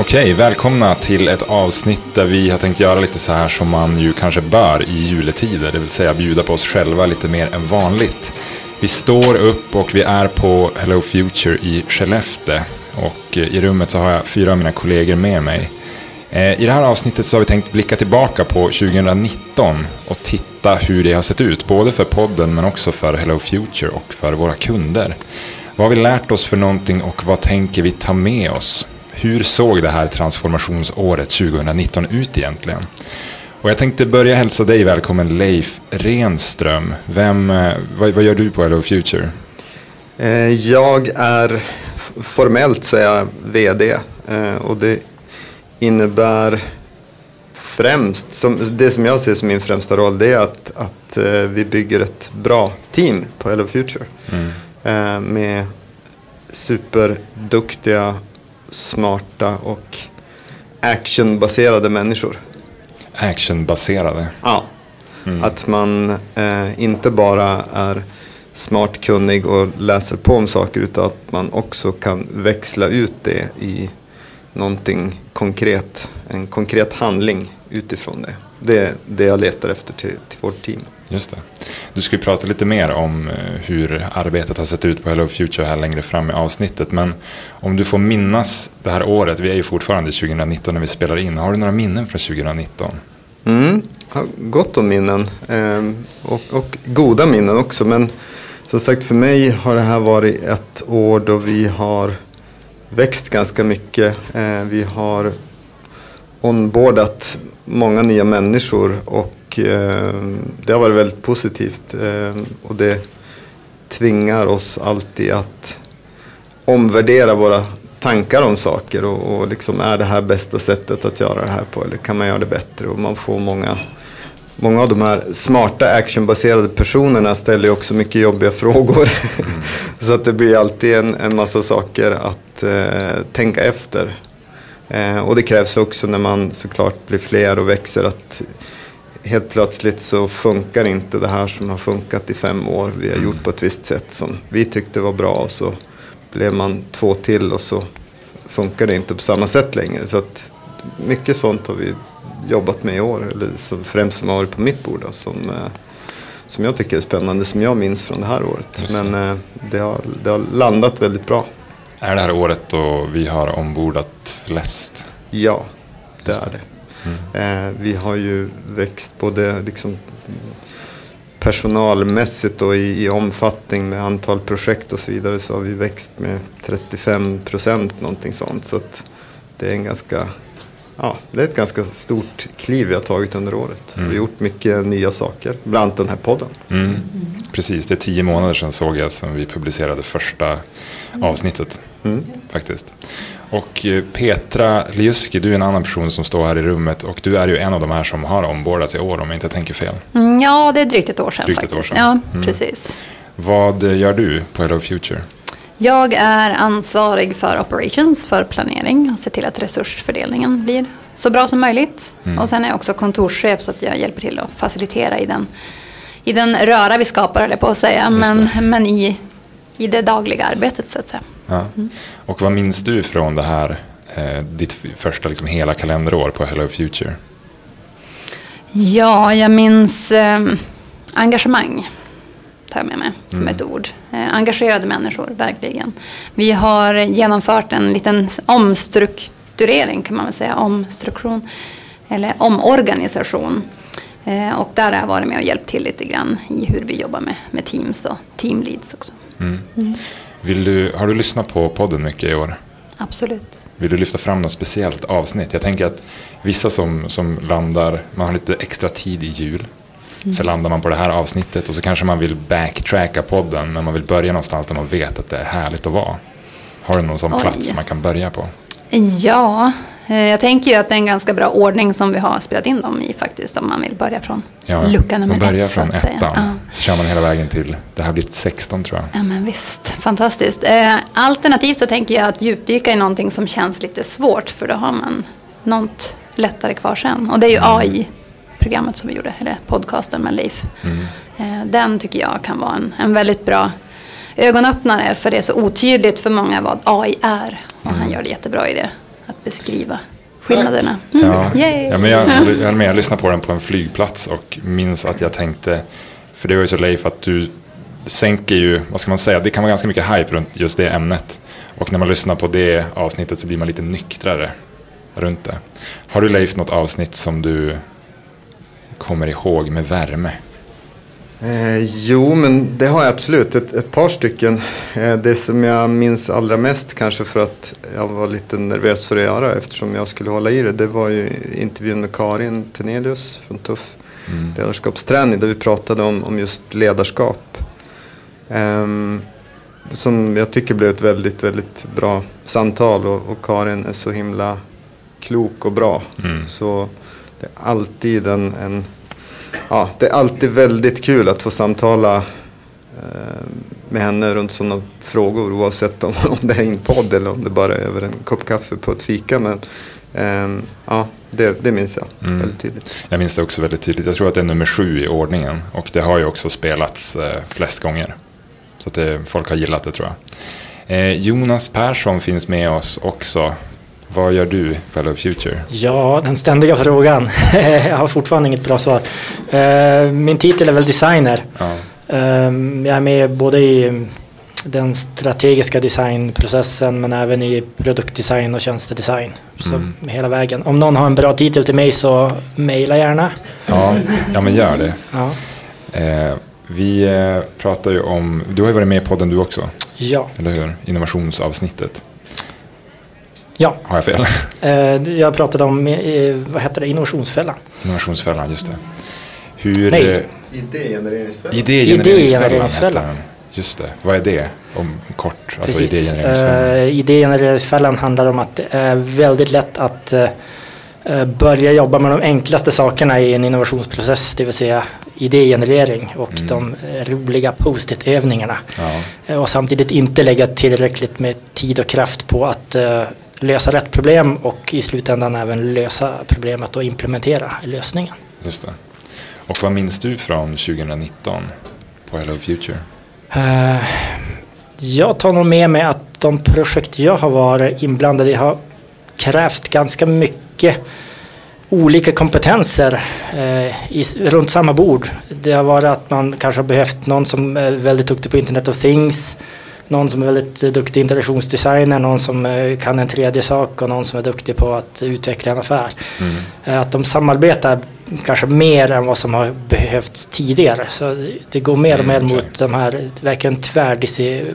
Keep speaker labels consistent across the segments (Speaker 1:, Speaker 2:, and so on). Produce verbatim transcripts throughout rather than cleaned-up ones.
Speaker 1: Okej, välkomna till ett avsnitt där vi har tänkt göra lite så här som man ju kanske bör i juletider, det vill säga bjuda på oss själva lite mer än vanligt. Vi står upp och vi är på Hello Future i Skellefteå och i rummet så har jag fyra av mina kollegor med mig. I det här avsnittet så har vi tänkt blicka tillbaka på tjugonitton och titta hur det har sett ut, både för podden men också för Hello Future och för våra kunder. Vad har vi lärt oss för någonting och vad tänker vi ta med oss? Hur såg det här transformationsåret tjugonitton ut egentligen? Och jag tänkte börja hälsa dig välkommen, Leif Renström. Vem, vad, vad gör du på Hello Future?
Speaker 2: Jag är formellt så är jag vd och det innebär främst, som, det som jag ser som min främsta roll, det är att, att vi bygger ett bra team på Hello Future. Mm. Med superduktiga, smarta och actionbaserade människor.
Speaker 1: Actionbaserade?
Speaker 2: Ja. Mm. Att man eh, inte bara är smart, kunnig och läser på om saker, utan att man också kan växla ut det i någonting konkret. En konkret handling utifrån det. Det är det jag letar efter till, till vårt team.
Speaker 1: Just det. Du ska ju prata lite mer om hur arbetet har sett ut på Hello Future här längre fram i avsnittet. Men om du får minnas det här året, vi är ju fortfarande tjugonitton när vi spelar in. Har du några minnen från tjugonitton?
Speaker 2: Mm, jag har gott om minnen eh, och, och goda minnen också. Men som sagt, för mig har det här varit ett år då vi har växt ganska mycket. Eh, vi har onboardat många nya människor och det har varit väldigt positivt och det tvingar oss alltid att omvärdera våra tankar om saker och, och liksom, är det här bästa sättet att göra det här på, eller kan man göra det bättre? Och man får många, många av de här smarta actionbaserade personerna ställer ju också mycket jobbiga frågor. Mm. Så att det blir alltid en, en massa saker att eh, tänka efter. Eh, och det krävs också när man såklart blir fler och växer att helt plötsligt så funkar inte det här som har funkat i fem år. Vi har gjort på ett visst sätt som vi tyckte var bra, och så blev man två till och så funkar det inte på samma sätt längre. Så att mycket sånt har vi jobbat med i år, eller som främst som har varit på mitt bord då, som, som jag tycker är spännande, som jag minns från det här året. Det. Men det har, det har landat väldigt bra.
Speaker 1: Är det här året då vi har ombordat flest?
Speaker 2: Ja, det är det. Mm. Eh, vi har ju växt både liksom personalmässigt och i, i omfattning med antal projekt och så vidare, så har vi växt med trettiofem procent någonting sånt, så att det är en ganska ja, det är ett ganska stort kliv vi har tagit under året. Mm. Vi har gjort mycket nya saker, bland annat den här podden.
Speaker 1: Mm. Mm. Precis, det är tio månader sedan såg jag som vi publicerade första avsnittet. Mm. Faktiskt. Och Petra Liuski, du är en annan person som står här i rummet, och du är ju en av de här som har ombordats i år, om jag inte tänker fel.
Speaker 3: Mm, ja, det är drygt ett år sedan
Speaker 1: drygt
Speaker 3: faktiskt.
Speaker 1: Ett år sedan.
Speaker 3: Ja,
Speaker 1: mm.
Speaker 3: precis.
Speaker 1: Vad gör du på Hello Future?
Speaker 3: Jag är ansvarig för operations, för planering och ser till att resursfördelningen blir så bra som möjligt. Mm. Och sen är jag också kontorschef, så att jag hjälper till att facilitera i den, i den röra vi skapar, eller på att säga, men, men i, i det dagliga arbetet så att säga.
Speaker 1: Ja. Mm. Och vad minns du från det här, eh, ditt första liksom hela kalenderår på Hello Future?
Speaker 3: Ja, jag minns eh, engagemang, tar jag med mig som mm. ett ord. Eh, engagerade människor, verkligen. Vi har genomfört en liten omstrukturering, kan man väl säga, omstruktion eller omorganisation. Eh, och där har jag varit med och hjälpt till lite grann i hur vi jobbar med, med teams och teamleads också. Mm.
Speaker 1: Mm. Vill du, har du lyssnat på podden mycket i år?
Speaker 3: Absolut.
Speaker 1: Vill du lyfta fram något speciellt avsnitt? Jag tänker att vissa som, som landar, man har lite extra tid i jul. Mm. Så landar man på det här avsnittet och så kanske man vill backtracka podden, men man vill börja någonstans där man vet att det är härligt att vara. Har du någon sån Oj. plats man kan börja på?
Speaker 3: Ja, jag tänker ju att det är en ganska bra ordning som vi har spelat in dem i faktiskt, om man vill börja från ja, lucka nummer ett. Man börjar ett,
Speaker 1: från ettan, ja. Så kör man hela vägen till, det här blir sexton tror jag.
Speaker 3: Ja men visst, fantastiskt. Eh, alternativt så tänker jag att djupdyka i någonting som känns lite svårt, för då har man något lättare kvar sen. Och det är ju mm. A I-programmet som vi gjorde, eller podcasten med Leif. Mm. Eh, den tycker jag kan vara en, en väldigt bra ögonöppnare, för det är så otydligt för många vad A I är. Och mm. han gör det jättebra i det. att beskriva skillnaderna. Mm.
Speaker 1: Ja. Ja, men jag, jag, jag, med, jag lyssnade på den på en flygplats och minns att jag tänkte, för det var ju så Leif att du sänker ju, vad ska man säga, det kan vara ganska mycket hype runt just det ämnet. Och när man lyssnar på det avsnittet så blir man lite nyktrare runt det. Har du Leif något avsnitt som du kommer ihåg med värme?
Speaker 2: Eh, jo, men det har jag absolut. Ett, ett par stycken. Eh, det som jag minns allra mest, kanske för att jag var lite nervös för att göra eftersom jag skulle hålla i det, det var ju intervjun med Karin Tenelius från Tuff mm. ledarskapsträning, där vi pratade om, om just ledarskap. Eh, som jag tycker blev ett väldigt, väldigt bra samtal, och, och Karin är så himla klok och bra. Mm. Så det är alltid en, en ja, det är alltid väldigt kul att få samtala eh, med henne runt sådana frågor, oavsett om, om det är en podd eller om det bara är över en kopp kaffe på ett fika. Men eh, ja, det, det minns jag mm. väldigt tydligt.
Speaker 1: Jag minns det också väldigt tydligt. Jag tror att det är nummer sju i ordningen, och det har ju också spelats eh, flest gånger. Så att det, folk har gillat det, tror jag. Eh, Jonas Persson finns med oss också. Vad gör du på Hello Future?
Speaker 4: Ja, den ständiga frågan. Jag har fortfarande inget bra svar. Min titel är väl designer. Ja. Jag är med både i den strategiska designprocessen, men även i produktdesign och tjänstedesign. Så mm. hela vägen. Om någon har en bra titel till mig så mejla gärna.
Speaker 1: Ja, ja men gör det. Ja. Eh, vi eh, pratar ju om, du har ju varit med i podden du också.
Speaker 4: Ja.
Speaker 1: Eller hur? Innovationsavsnittet.
Speaker 4: Ja.
Speaker 1: Har jag fel?
Speaker 4: Eh, jag pratade om, eh, vad heter det, innovationsfällan.
Speaker 1: Innovationsfällan, just det. Hur,
Speaker 4: Nej.
Speaker 2: Idégenereringsfällan.
Speaker 1: Idégenereringsfällan. Just det. Vad är det om kort? Alltså idégenereringsfällan.
Speaker 4: Uh, idégenereringsfällan handlar om att det är väldigt lätt att uh, börja jobba med de enklaste sakerna i en innovationsprocess, det vill säga idégenerering och mm. de roliga post-it-övningarna. Ja. Uh, och samtidigt inte lägga tillräckligt med tid och kraft på att uh, lösa rätt problem och i slutändan även lösa problemet och implementera lösningen.
Speaker 1: Just det. Och vad minns du från tjugonitton på Hello Future?
Speaker 4: Uh, jag tar nog med mig att de projekt jag har varit inblandad i har krävt ganska mycket olika kompetenser uh, i, runt samma bord. Det har varit att man kanske har behövt någon som är väldigt duktig på Internet of Things, någon som är väldigt duktig integrationsdesigner, någon som uh, kan en tredje sak och någon som är duktig på att utveckla en affär. Mm. Uh, att de samarbetar kanske mer än vad som har behövts tidigare. Så det går mer och mer mm, okay. mot de här verkligen tvärdiscipl-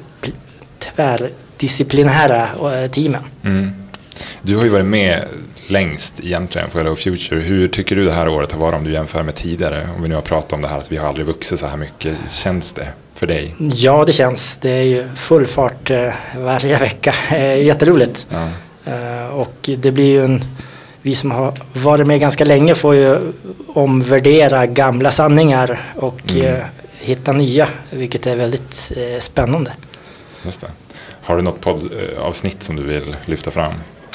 Speaker 4: tvärdisciplinära teamen. Mm.
Speaker 1: Du har ju varit med längst egentligen på Hello Future. Hur tycker du det här året har varit om du jämför med tidigare? Om vi nu har pratat om det här att vi har aldrig vuxit så här mycket. Känns det för dig?
Speaker 4: Ja, det känns. Det är ju full fart eh, varje vecka. Eh, jätteroligt. Ja. Eh, och det blir ju en... Vi som har varit med ganska länge får ju omvärdera gamla sanningar och mm. eh, hitta nya, vilket är väldigt eh, spännande.
Speaker 1: Just det. Har du något poddavsnitt som du vill lyfta fram?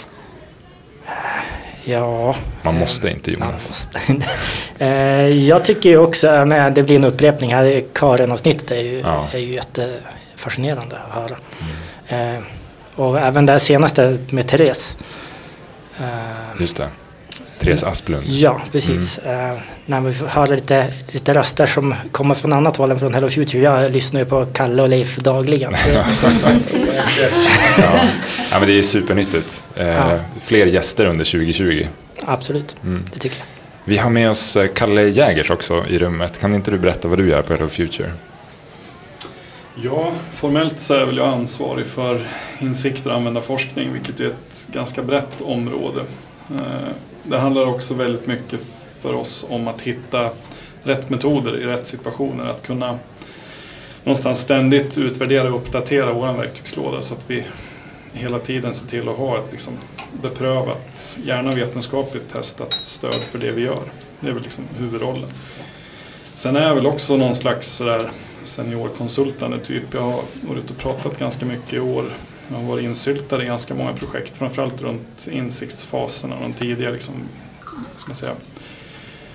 Speaker 4: Ja.
Speaker 1: Man måste eh, inte, Jonas.
Speaker 4: Måste. eh, jag tycker ju också, nej, det blir en upprepning här, Karin-avsnittet är ju, ja. är ju jättefascinerande att höra. Mm. Eh, och även det senaste med Therese.
Speaker 1: Just det. Therese Asplund.
Speaker 4: Ja, precis. Mm. Uh, när vi hör lite, lite röster som kommer från annat håll än från Hello Future. Jag lyssnar ju på Kalle och Leif dagligen.
Speaker 1: ja. ja, men det är supernyttigt. Uh, ja. Fler gäster under tjugo tjugo.
Speaker 4: Absolut, mm. det tycker jag.
Speaker 1: Vi har med oss Kalle Jägers också i rummet. Kan inte du berätta vad du gör på Hello Future?
Speaker 5: Ja, formellt så är väl jag ansvarig för insikter och användarforskning, vilket är ett ganska brett område. Det handlar också väldigt mycket för oss om att hitta rätt metoder i rätt situationer. Att kunna någonstans ständigt utvärdera och uppdatera vår verktygslåda så att vi hela tiden ser till att ha ett liksom beprövat, gärna vetenskapligt testat stöd för det vi gör. Det är väl liksom huvudrollen. Sen är jag väl också någon slags sådär seniorkonsultande typ. Jag har varit och pratat ganska mycket i år. Jag har varit insyltad i ganska många projekt, framförallt runt insiktsfaserna, de tidiga liksom, ska man säga,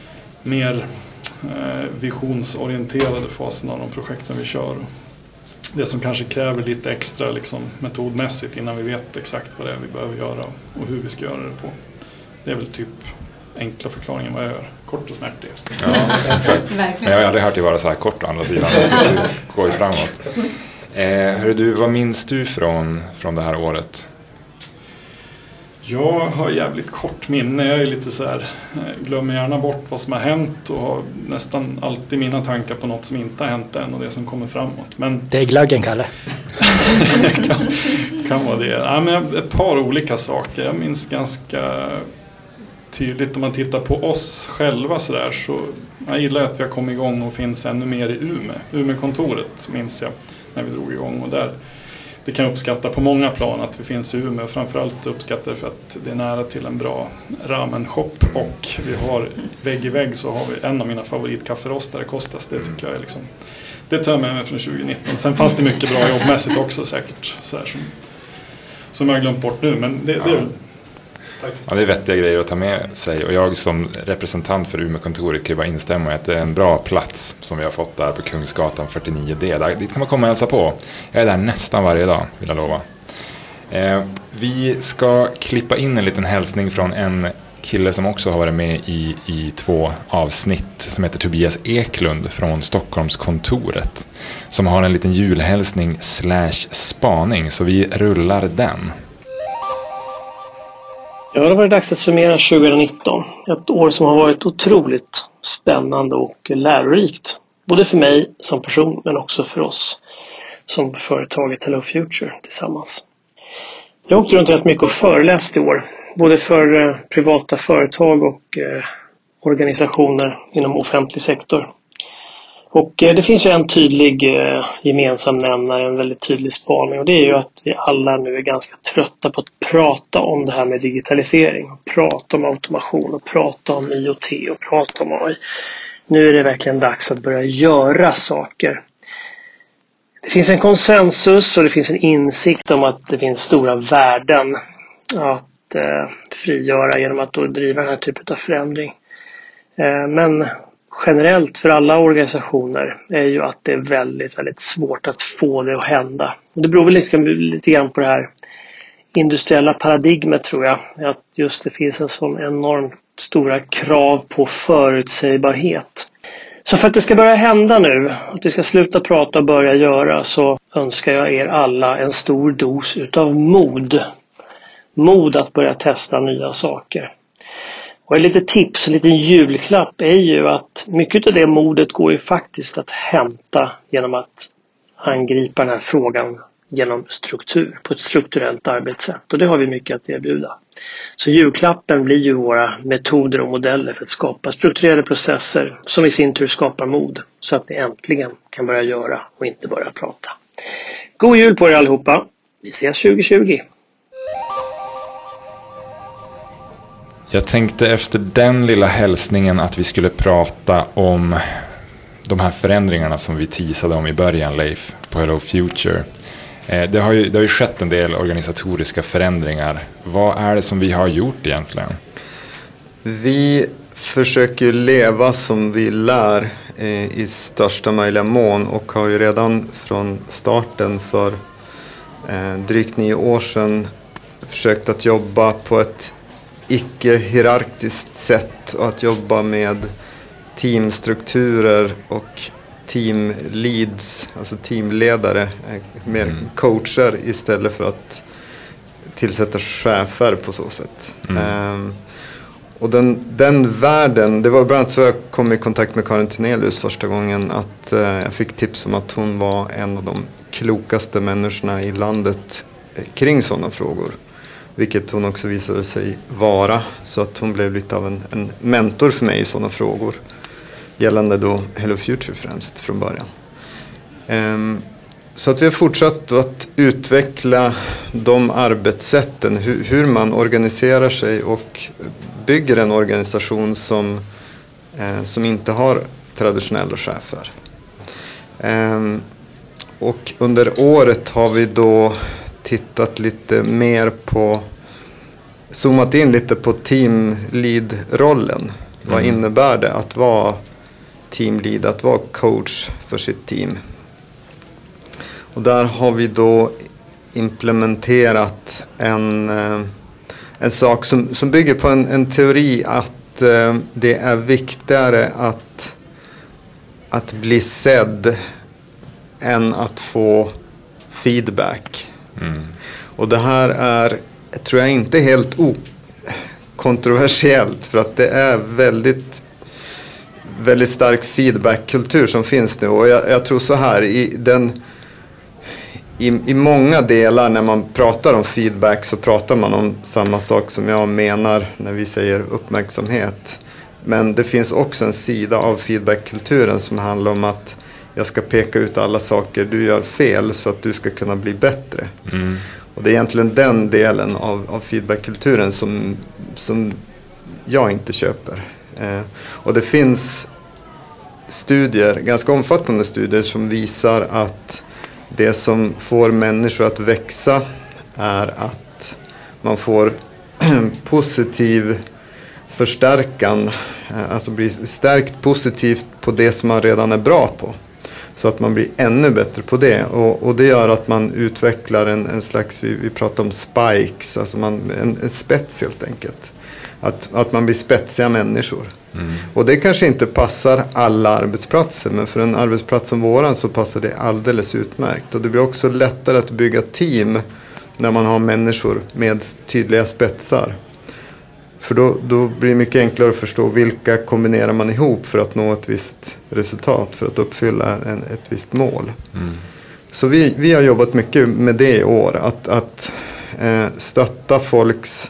Speaker 5: mer eh, visionsorienterade faserna av de projekten vi kör. det som kanske kräver lite extra liksom, metodmässigt innan vi vet exakt vad det är vi behöver göra och hur vi ska göra det på. Det är väl typ enkla förklaringen vad jag gör. Kort och snärtigt.
Speaker 1: Ja, exakt. Men jag har aldrig hört det vara så här kort å andra sidan. Det går ju framåt. Eh, hör du, vad minns du från, från det här året?
Speaker 5: Jag har jävligt kort minne. Jag är lite så här, glömmer gärna bort vad som har hänt och har nästan alltid mina tankar på något som inte har hänt än och det som kommer framåt. Men
Speaker 4: det är glöggen, Kalle.
Speaker 5: kan, kan vara det. Ja, men ett par olika saker. Jag minns ganska tydligt om man tittar på oss själva så där, så jag gillar att vi har kommit igång och finns ännu mer i Umeå. Umeå-kontoret minns jag när vi drog igång och där. Det kan jag uppskatta på många plan att vi finns i Umeå och framförallt uppskattar det för att det är nära till en bra ramen-shop och vi har vägg i vägg så har vi en av mina favoritkafferostare, Kostas. Det tycker jag är liksom, det tar jag med mig från tjugonitton. Sen fanns det mycket bra jobbmässigt också säkert så här, som, som jag har glömt bort nu, men det, det är väl
Speaker 1: ja, det är vettiga grejer att ta med sig och jag som representant för Umeå-kontoret kan ju bara instämma i att det är en bra plats som vi har fått där på Kungsgatan fyrtionio D. Där, dit kan man komma och hälsa på. Jag är där nästan varje dag, vill jag lova. Eh, vi ska klippa in en liten hälsning från en kille som också har varit med i, i två avsnitt som heter Tobias Eklund från Stockholmskontoret som har en liten julhälsning slash spaning, så vi rullar den.
Speaker 6: Ja, det har varit dags att summera tjugonitton. Ett år som har varit otroligt spännande och lärorikt. Både för mig som person men också för oss som företaget Hello Future tillsammans. Jag har åkt runt rätt mycket och föreläst i år. Både för eh, privata företag och eh, organisationer inom offentlig sektor. Och eh, det finns ju en tydlig eh, gemensam nämnare, en väldigt tydlig spaning. Och det är ju att vi alla nu är ganska trötta på att prata om det här med digitalisering. Och prata om automation och prata om I O T och prata om A I. Nu är det verkligen dags att börja göra saker. Det finns en konsensus och det finns en insikt om att det finns stora värden att eh, frigöra genom att då driva den här typen av förändring. Eh, men generellt för alla organisationer är ju att det är väldigt, väldigt svårt att få det att hända. Och det beror väl lite, lite grann på det här industriella paradigmet, tror jag. Att just det finns en sån enormt stora krav på förutsägbarhet. Så för att det ska börja hända nu, att vi ska sluta prata och börja göra, så önskar jag er alla en stor dos utav mod. Mod att börja testa nya saker. Och ett litet tips, en liten julklapp är ju att mycket av det modet går ju faktiskt att hämta genom att angripa den här frågan genom struktur, på ett strukturellt arbetssätt. Och det har vi mycket att erbjuda. Så julklappen blir ju våra metoder och modeller för att skapa strukturerade processer som i sin tur skapar mod. Så att ni äntligen kan börja göra och inte börja prata. God jul på er allihopa. Vi ses tjugo tjugo.
Speaker 1: Jag tänkte efter den lilla hälsningen att vi skulle prata om de här förändringarna som vi teasade om i början, Leif, på Hello Future. Det har ju, det har ju skett en del organisatoriska förändringar. Vad är det som vi har gjort egentligen?
Speaker 2: Vi försöker leva som vi lär eh, i största möjliga mån och har ju redan från starten för eh, drygt nio år sedan försökt att jobba på ett icke-hierarkiskt sätt och att jobba med teamstrukturer och teamleads, alltså teamledare, mer mm. coacher istället för att tillsätta chefer på så sätt. Mm. Um, och den, den världen, det var bland annat så jag kom i kontakt med Karin Tinelius första gången, att uh, jag fick tips om att hon var en av de klokaste människorna i landet eh, kring sådana frågor. Vilket hon också visade sig vara, så att hon blev lite av en, en mentor för mig i sådana frågor. Gällande då Hello Future främst från början. Um, så att vi har fortsatt att utveckla de arbetssätten, hur, hur man organiserar sig och bygger en organisation som, eh, som inte har traditionella chefer. Um, och under året har vi då tittat lite mer på, zoomat in lite på teamlead-rollen. Mm. Vad innebär det att vara teamlead, att vara coach för sitt team? Och där har vi då implementerat en, en sak som, som bygger på en, en teori att eh, det är viktigare att, att bli sedd än att få feedback. Mm. Och det här är, tror jag, inte helt okontroversiellt, för att det är väldigt väldigt stark feedbackkultur som finns nu. Och jag, jag tror så här, i, den, i, i många delar när man pratar om feedback så pratar man om samma sak som jag menar när vi säger uppmärksamhet. Men det finns också en sida av feedbackkulturen som handlar om att jag ska peka ut alla saker du gör fel så att du ska kunna bli bättre. Mm. Och det är egentligen den delen av, av feedbackkulturen som, som jag inte köper. Eh, och det finns studier, ganska omfattande studier, som visar att det som får människor att växa är att man får positiv förstärkan, alltså blir stärkt positivt på det som man redan är bra på. Så att man blir ännu bättre på det. Och, och det gör att man utvecklar en, en slags, vi, vi pratar om spikes, alltså man, en, en spets helt enkelt. Att, att man blir spetsiga människor. Mm. Och det kanske inte passar alla arbetsplatser, men för en arbetsplats som våran så passar det alldeles utmärkt. Och det blir också lättare att bygga team när man har människor med tydliga spetsar. För då, då blir det mycket enklare att förstå vilka kombinerar man ihop för att nå ett visst resultat, för att uppfylla en, ett visst mål. Mm. Så vi, vi har jobbat mycket med det i år, att, att eh, stötta folks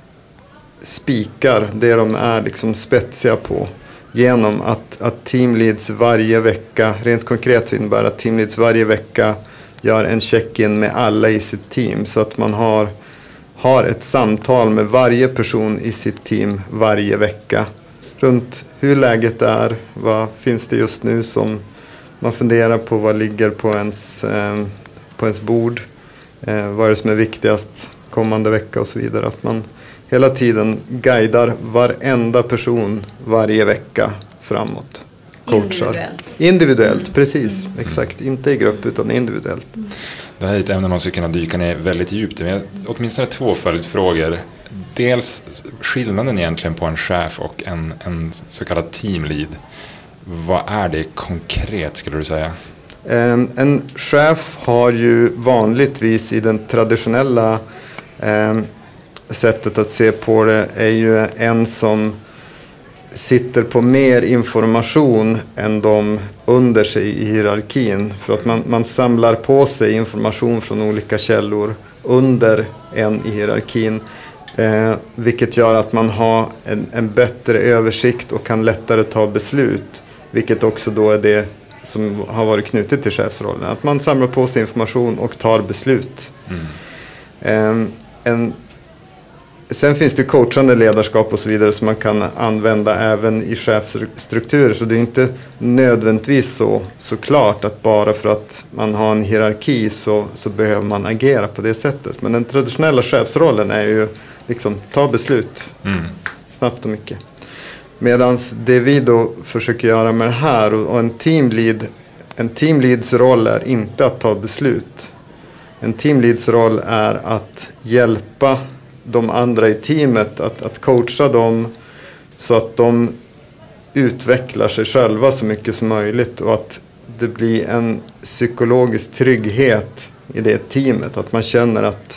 Speaker 2: spikar, det de är liksom spetsiga på, genom att, att teamleads varje vecka, rent konkret så innebär att teamleads varje vecka gör en check-in med alla i sitt team, så att man har, har ett samtal med varje person i sitt team varje vecka runt hur läget är, vad finns det just nu som man funderar på, vad ligger på ens, eh, på ens bord, eh, vad är det som är viktigast kommande vecka och så vidare. Att man hela tiden guidar varenda person varje vecka framåt. Coachar.
Speaker 3: Individuellt.
Speaker 2: Individuellt, mm. precis. Mm. Exakt. Inte i grupp utan individuellt. Mm.
Speaker 1: Det här är ett ämne man skulle kunna dyka ner väldigt djupt i. Men åtminstone två följdfrågor. Dels skillnaden egentligen på en chef och en, en så kallad teamlead. Vad är det konkret, skulle du säga?
Speaker 2: En, en chef har ju vanligtvis i den traditionella eh, sättet att se på det är ju en som sitter på mer information än de under sig i hierarkin. För att man, man samlar på sig information från olika källor under en i hierarkin. Eh, vilket gör att man har en, en bättre översikt och kan lättare ta beslut. Vilket också då är det som har varit knutet till chefsrollen. Att man samlar på sig information och tar beslut. Mm. Eh, en Sen finns det coachande ledarskap och så vidare som man kan använda även i chefsstrukturer. Så det är inte nödvändigtvis så, så klart att bara för att man har en hierarki så, så behöver man agera på det sättet. Men den traditionella chefsrollen är ju liksom ta beslut mm. snabbt och mycket. Medan det vi då försöker göra med det här, och, och en teamlead, en teamleads roll är inte att ta beslut. En teamleads roll är att hjälpa de andra i teamet, att, att coacha dem så att de utvecklar sig själva så mycket som möjligt, och att det blir en psykologisk trygghet i det teamet, att man känner att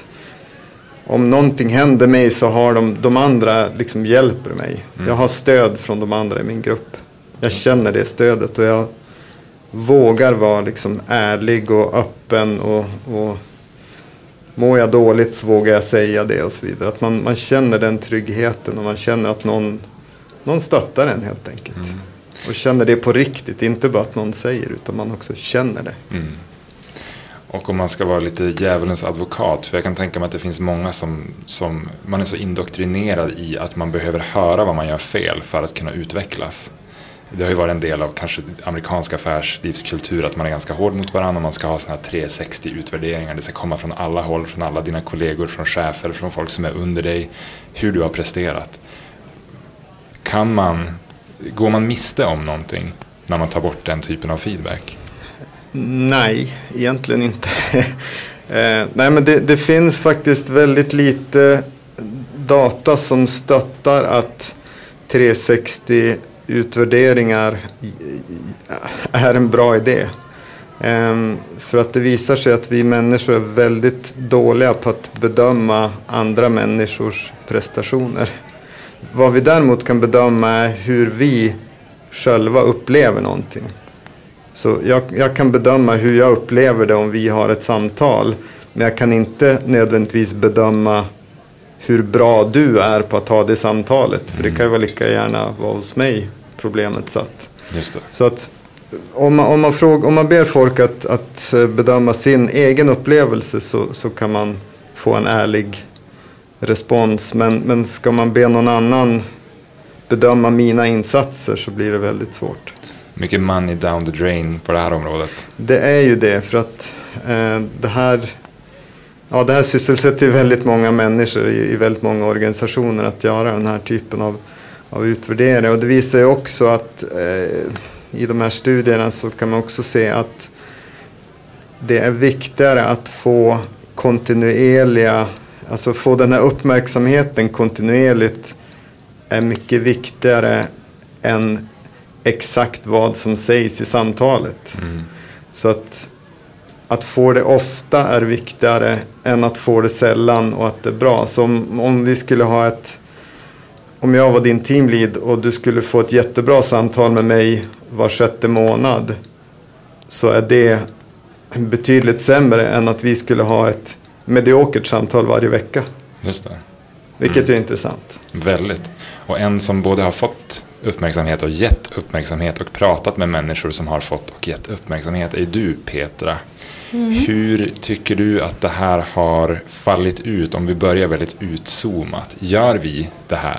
Speaker 2: om någonting händer mig så har de, de andra liksom hjälper mig. Mm. Jag har stöd från de andra i min grupp. Jag känner det stödet och jag vågar vara liksom ärlig och öppen och, och mår jag dåligt så vågar jag säga det och så vidare. Att man, man känner den tryggheten och man känner att någon, någon stöttar en helt enkelt. Mm. Och känner det på riktigt, inte bara att någon säger utan man också känner det. Mm.
Speaker 1: Och om man ska vara lite djävulens advokat, för jag kan tänka mig att det finns många som, som man är så indoktrinerad i att man behöver höra vad man gör fel för att kunna utvecklas. Det har ju varit en del av kanske amerikansk affärslivskultur att man är ganska hård mot varandra och man ska ha såna här tre sextio utvärderingar. Det ska komma från alla håll, från alla dina kollegor, från chefer, från folk som är under dig, hur du har presterat. Kan man, går man miste om någonting när man tar bort den typen av feedback?
Speaker 2: Nej, egentligen inte. eh, nej, men det, det finns faktiskt väldigt lite data som stöttar att trehundrasextio-utvärderingar är en bra idé. Eh, för att det visar sig att vi människor är väldigt dåliga på att bedöma andra människors prestationer. Vad vi däremot kan bedöma är hur vi själva upplever någonting. Så jag, jag kan bedöma hur jag upplever det om vi har ett samtal. Men jag kan inte nödvändigtvis bedöma hur bra du är på att ha det samtalet. För det kan ju vara lika gärna vara hos mig problemet satt.
Speaker 1: Just det.
Speaker 2: Så att om man, om man, fråga, om man ber folk att, att bedöma sin egen upplevelse så, så kan man få en ärlig respons. Men, men ska man be någon annan bedöma mina insatser så blir det väldigt svårt.
Speaker 1: Mycket money down the drain på det här området.
Speaker 2: Det är ju det, för att eh, det här ja, det här sysselsätter väldigt många människor i, i väldigt många organisationer att göra den här typen av, av utvärdering. Och det visar ju också att eh, i de här studierna så kan man också se att det är viktigare att få kontinuerliga, alltså få den här uppmärksamheten kontinuerligt är mycket viktigare än exakt vad som sägs i samtalet. Mm. Så att, att få det ofta är viktigare än att få det sällan och att det är bra. Så om, om vi skulle ha ett, om jag var din teamlead och du skulle få ett jättebra samtal med mig var sjätte månad, så är det betydligt sämre än att vi skulle ha ett mediokert samtal varje vecka.
Speaker 1: Just det.
Speaker 2: Vilket
Speaker 1: Mm.
Speaker 2: är intressant.
Speaker 1: Väldigt. Och en som både har fått uppmärksamhet och gett uppmärksamhet och pratat med människor som har fått och gett uppmärksamhet är du, Petra. Mm. Hur tycker du att det här har fallit ut om vi börjar väldigt utzoomat? Gör vi det här?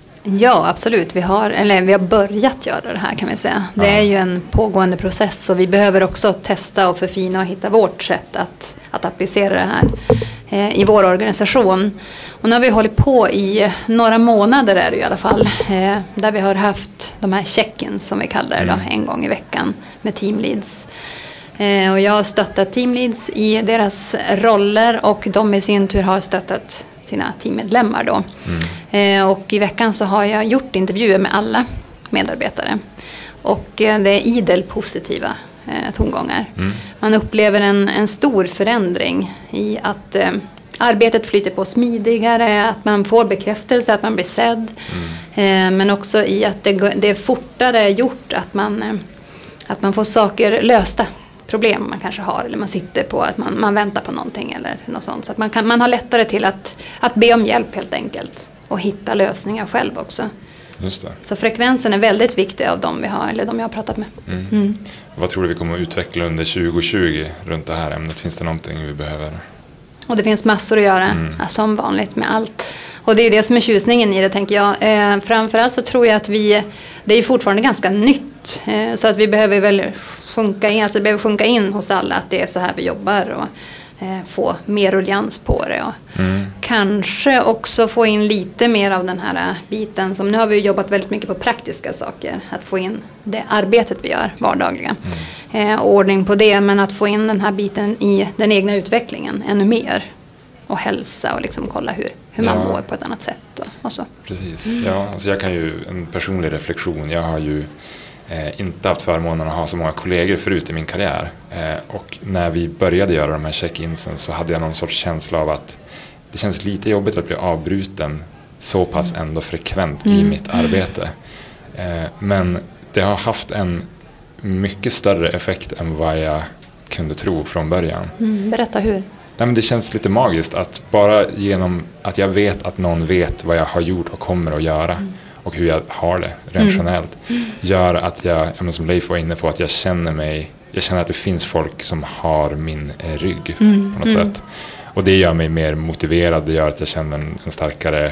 Speaker 3: Ja, absolut. Vi har, eller vi har börjat göra det här, kan vi säga. Det är ju en pågående process och vi behöver också testa och förfina och hitta vårt sätt att, att applicera det här eh, i vår organisation. Och nu har vi hållit på i några månader är det i alla fall, eh, där vi har haft de här check-ins som vi kallar det då, en gång i veckan med teamleads. Eh, och jag har stöttat teamleads i deras roller och de i sin tur har stöttat sina teammedlemmar då. Mm. Eh, och i veckan så har jag gjort intervjuer med alla medarbetare. Och eh, det är idel positiva eh, tongångar. Mm. Man upplever en, en stor förändring i att eh, arbetet flyter på smidigare, att man får bekräftelse, att man blir sedd. Mm. Eh, men också i att det, det är fortare gjort att man, eh, att man får saker lösta. Problem man kanske har eller man sitter på att man, man väntar på någonting eller något sånt. Så att man, kan, man har lättare till att, att be om hjälp helt enkelt och hitta lösningar själv också.
Speaker 1: Just det.
Speaker 3: Så frekvensen är väldigt viktig av de vi har eller de jag har pratat med.
Speaker 1: Mm. Mm. Vad tror du vi kommer att utveckla under tjugo tjugo runt det här ämnet? Finns det någonting vi behöver?
Speaker 3: Och det finns massor att göra, mm. som vanligt med allt. Och det är det som är tjusningen i det, tänker jag. Eh, framförallt så tror jag att vi, det är fortfarande ganska nytt. Eh, så att vi behöver väl sjunka in, alltså det behöver sjunka in hos alla att det är så här vi jobbar och eh, få mer ruljans på det. Och mm. kanske också få in lite mer av den här biten som nu har vi jobbat väldigt mycket på praktiska saker. Att få in det arbetet vi gör vardagligen. Mm. Eh, ordning på det, men att få in den här biten i den egna utvecklingen ännu mer. Och hälsa och liksom kolla hur, hur man ja. mår på ett annat sätt. Och, och så.
Speaker 1: Precis, mm. ja, alltså jag kan ju, en personlig reflektion, jag har ju Eh, inte haft förmånen att ha så många kollegor förut i min karriär. Eh, och när vi började göra de här check-insen så hade jag någon sorts känsla av att det känns lite jobbigt att bli avbruten så pass ändå frekvent mm. i mitt arbete. Eh, men det har haft en mycket större effekt än vad jag kunde tro från början. Mm,
Speaker 3: berätta hur.
Speaker 1: Nej, men det känns lite magiskt att bara genom att jag vet att någon vet vad jag har gjort och kommer att göra mm. och hur jag har det rationellt mm. gör att jag, som Leif var inne på, att jag känner mig, jag känner att det finns folk som har min eh, rygg mm. på något mm. sätt. Och det gör mig mer motiverad, det gör att jag känner en, en starkare,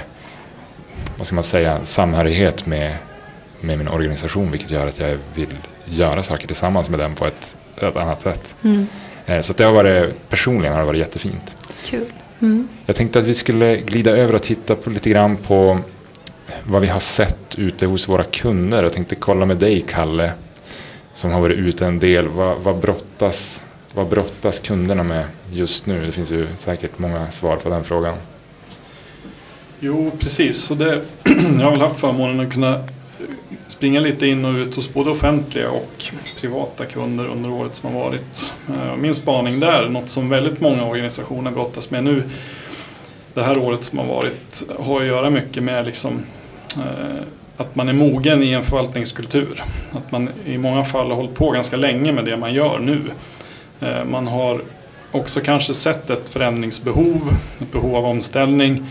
Speaker 1: vad ska man säga, samhörighet med, med min organisation, vilket gör att jag vill göra saker tillsammans med den på ett, ett annat sätt. Mm. Eh, så det har varit, personligen har det varit jättefint.
Speaker 3: Kul. Mm.
Speaker 1: Jag tänkte att vi skulle glida över och titta på lite grann på vad vi har sett ute hos våra kunder. Jag tänkte kolla med dig, Kalle. som har varit ute en del. Vad, vad, brottas, vad brottas kunderna med just nu? Det finns ju säkert många svar på den frågan.
Speaker 5: Jo, precis. Så det, jag har väl haft förmånen att kunna springa lite in och ut hos både offentliga och privata kunder under året som har varit. Min spaning där, något som väldigt många organisationer brottas med nu det här året som har varit, har att göra mycket med liksom, eh, att man är mogen i en förvaltningskultur. Att man i många fall har hållit på ganska länge med det man gör nu. Eh, man har också kanske sett ett förändringsbehov, ett behov av omställning.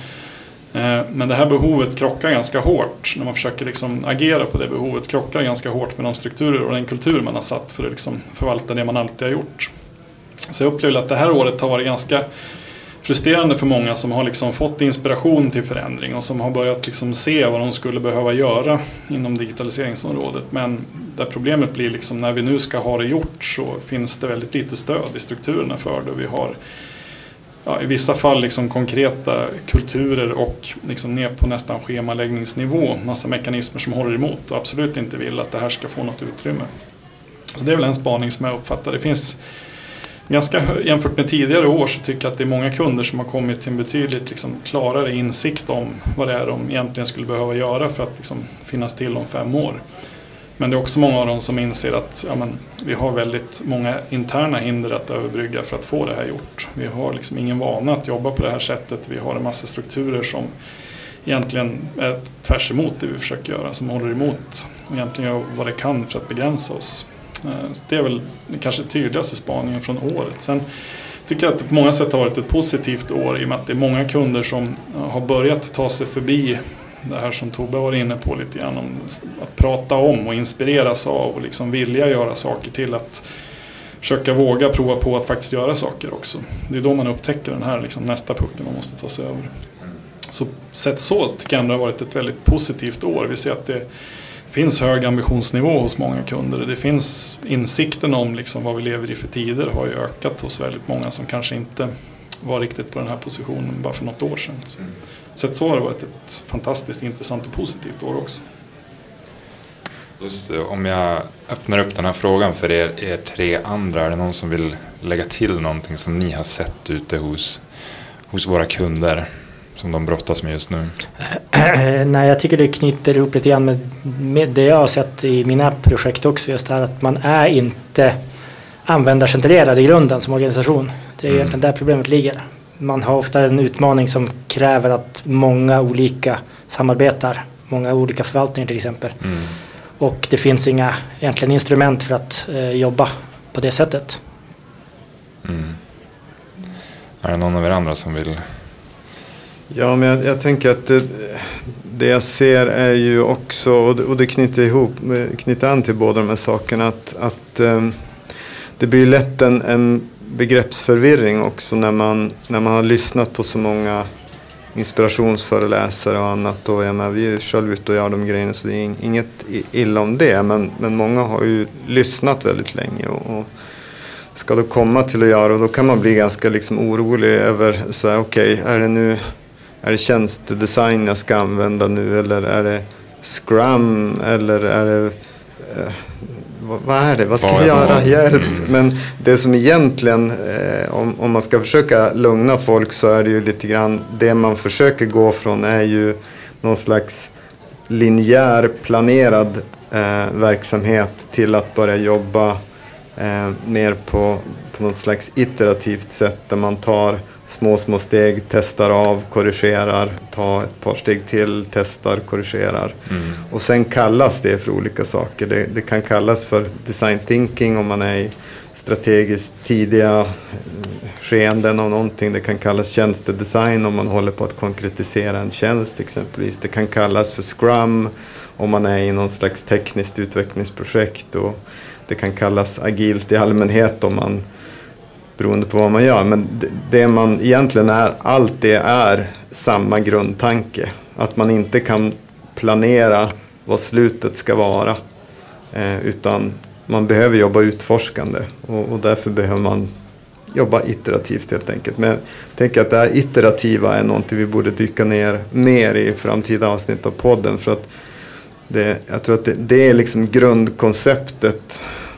Speaker 5: Men det här behovet krockar ganska hårt när man försöker liksom agera på det behovet. Krockar ganska hårt med de strukturer och den kultur man har satt för att liksom förvalta det man alltid har gjort. Så jag upplever att det här året har varit ganska frustrerande för många som har liksom fått inspiration till förändring och som har börjat liksom se vad de skulle behöva göra inom digitaliseringsområdet. Men där problemet blir liksom när vi nu ska ha det gjort så finns det väldigt lite stöd i strukturerna för det. Vi har Ja, i vissa fall liksom konkreta kulturer och liksom ner på nästan schemaläggningsnivå. Massa mekanismer som håller emot och absolut inte vill att det här ska få något utrymme. Så det är väl en spaning som jag uppfattar. Det finns ganska, jämfört med tidigare år så tycker jag att det är många kunder som har kommit till en betydligt liksom klarare insikt om vad det är de egentligen skulle behöva göra för att liksom finnas till om fem år. Men det är också många av dem som inser att ja, men, vi har väldigt många interna hinder att överbrygga för att få det här gjort. Vi har liksom ingen vana att jobba på det här sättet. Vi har en massa strukturer som egentligen är tvärs emot det vi försöker göra. Som håller emot och egentligen gör vad det kan för att begränsa oss. Det är väl den kanske tydligaste spaningen från året. Sen tycker jag att det på många sätt har varit ett positivt år i och med att det är många kunder som har börjat ta sig förbi det här som Tobbe var inne på lite grann om att prata om och inspireras av och liksom vilja göra saker till att försöka våga prova på att faktiskt göra saker också. Det är då man upptäcker den här liksom nästa pucken man måste ta sig över. Så sett så tycker jag ändå det har varit ett väldigt positivt år. Vi ser att det finns hög ambitionsnivå hos många kunder. Det finns insikten om liksom vad vi lever i för tider har ju ökat hos väldigt många som kanske inte var riktigt på den här positionen bara för något år sedan. Så. Så så har det varit ett fantastiskt intressant och positivt år också.
Speaker 1: Just det, om jag öppnar upp den här frågan för er, er tre andra, är det någon som vill lägga till någonting som ni har sett ute hos, hos våra kunder som de brottas med just nu?
Speaker 4: Nej, jag tycker det knyter ihop lite grann med, med det jag har sett i mina projekt också, just det här att man är inte användarcentrerad i grunden som organisation. Det är mm. egentligen där problemet ligger. Man har ofta en utmaning som kräver att många olika samarbetar, många olika förvaltningar till exempel. Mm. Och det finns inga egentligen instrument för att eh, jobba på det sättet.
Speaker 1: Mm. Är det någon av er andra som vill?
Speaker 2: Ja, men jag, jag tänker att det, det jag ser är ju också, och det, och det knyter ihop, knyter an till båda de här sakerna, att, att um, det blir lätt en, en begreppsförvirring också när man, när man har lyssnat på så många inspirationsföreläsare och annat. Och jag menar, vi är själv ute och gör de grejerna, så det är inget illa om det. Men, men många har ju lyssnat väldigt länge och, och ska då komma till att göra, och då kan man bli ganska liksom orolig över så här, okej, okay, är det nu är det tjänstedesign jag ska använda nu, eller är det Scrum, eller är det eh, vad, vad är det, vad ska jag göra, hjälp. Men det som egentligen eh, om, om man ska försöka lugna folk, så är det ju lite grann det man försöker gå från är ju någon slags linjär planerad eh, verksamhet till att börja jobba Eh, mer på, på något slags iterativt sätt, där man tar små små steg, testar av, korrigerar, tar ett par steg till, testar, korrigerar. Mm. Och sen kallas det för olika saker. Det, det kan kallas för design thinking om man är i strategiskt tidiga skeenden av någonting. Det kan kallas tjänstedesign om man håller på att konkretisera en tjänst exempelvis. Det kan kallas för Scrum om man är i någon slags tekniskt utvecklingsprojekt, och det kan kallas agilt i allmänhet om man, beroende på vad man gör. Men det, det man egentligen är, allt det är samma grundtanke. Att man inte kan planera vad slutet ska vara. Eh, utan man behöver jobba utforskande. Och, och därför behöver man jobba iterativt helt enkelt. Men jag tänker att det här iterativa är någonting vi borde dyka ner mer i framtida avsnitt av podden. För att det, jag tror att det, det är liksom grundkonceptet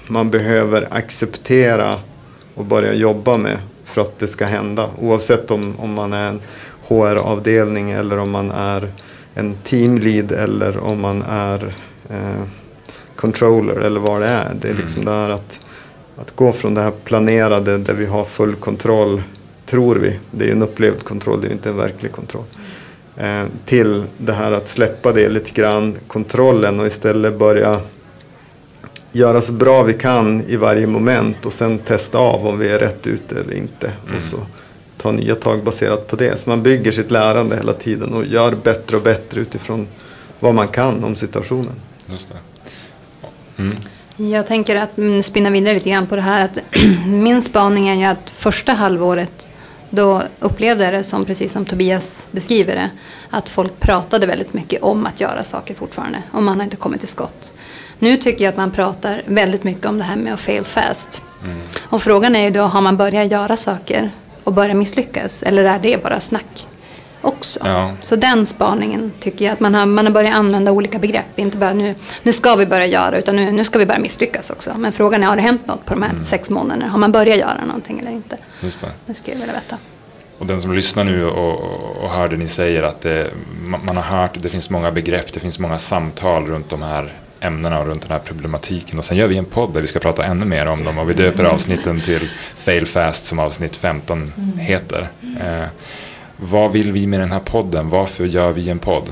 Speaker 2: man behöver acceptera och börja jobba med för att det ska hända. Oavsett om, om man är en H R-avdelning eller om man är en teamlead eller om man är eh, controller eller vad det är. Det är liksom mm. det här att, att gå från det här planerade där vi har full kontroll, tror vi. Det är en upplevd kontroll, det är inte en verklig kontroll. Eh, till det här att släppa det lite grann, kontrollen, och istället börja göra så bra vi kan i varje moment och sen testa av om vi är rätt ute eller inte. Mm. Och så ta nya tag baserat på det. Så man bygger sitt lärande hela tiden och gör bättre och bättre utifrån vad man kan om situationen.
Speaker 1: Just det. Mm.
Speaker 3: Jag tänker att spinna vidare lite grann på det här. Att min spaning är ju att första halvåret då upplevde jag det som, precis som Tobias beskriver det, att folk pratade väldigt mycket om att göra saker fortfarande. Och man har inte kommit till skott. Nu tycker jag att man pratar väldigt mycket om det här med att fail fast. Mm. Och frågan är ju då, har man börjat göra saker och börjat misslyckas? Eller är det bara snack också? Ja. Så den spaningen tycker jag att man har, man har börjat använda olika begrepp. Inte bara nu, nu ska vi börja göra, utan nu, nu ska vi börja misslyckas också. Men frågan är, har det hänt något på de här mm. sex månaderna? Har man börjat göra någonting eller inte?
Speaker 1: Just det.
Speaker 3: Det skulle jag vilja veta.
Speaker 1: Och den som lyssnar nu och, och hör det ni säger, att det, man har hört, det finns många begrepp, det finns många samtal runt de här ämnena och runt den här problematiken. Och sen gör vi en podd där vi ska prata ännu mer om dem. Och vi döper avsnitten till Fail Fast, som avsnitt femton heter. Eh, vad vill vi med den här podden? Varför gör vi en podd?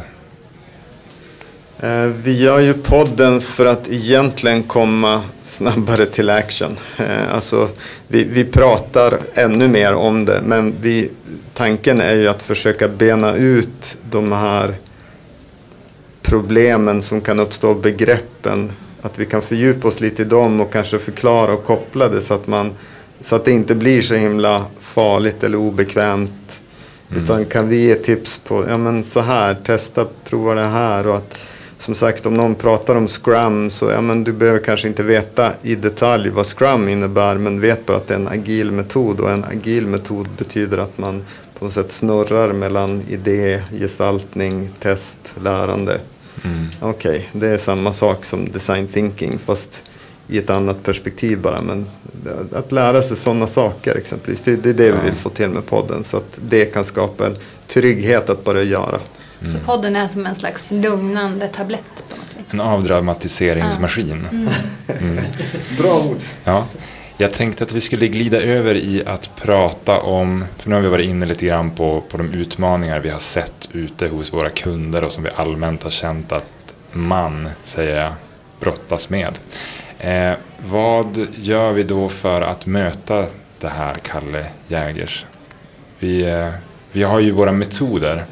Speaker 2: Eh, vi gör ju podden för att egentligen komma snabbare till action. Eh, alltså, vi, vi pratar ännu mer om det. Men vi, tanken är ju att försöka bena ut de här problemen som kan uppstå, begreppen, att vi kan fördjupa oss lite i dem och kanske förklara och koppla det så att, man, så att det inte blir så himla farligt eller obekvämt. Mm. Utan kan vi ge tips på, ja men så här, testa, prova det här. Och att, som sagt, om någon pratar om Scrum, så ja men du behöver kanske inte veta i detalj vad Scrum innebär, men vet bara att det är en agil metod, och en agil metod betyder att man på något sätt snurrar mellan idé, gestaltning, test, lärande. Mm. Okej, okay, det är samma sak som design thinking, fast i ett annat perspektiv bara. Men att lära sig sådana saker exempelvis, det, det är det ja. vi vill få till med podden, så att det kan skapa en trygghet att börja göra.
Speaker 3: Mm. Så podden är som en slags lugnande tablett på något vis.
Speaker 1: En avdramatiseringsmaskin. Mm. Mm.
Speaker 2: Bra ord.
Speaker 1: Ja. Jag tänkte att vi skulle glida över i att prata om, för nu har vi varit inne lite grann på, på de utmaningar vi har sett ute hos våra kunder och som vi allmänt har känt att man, säger jag, brottas med. Eh, vad gör vi då för att möta det här, Kalle Jägers? Vi, eh, vi har ju våra metoder.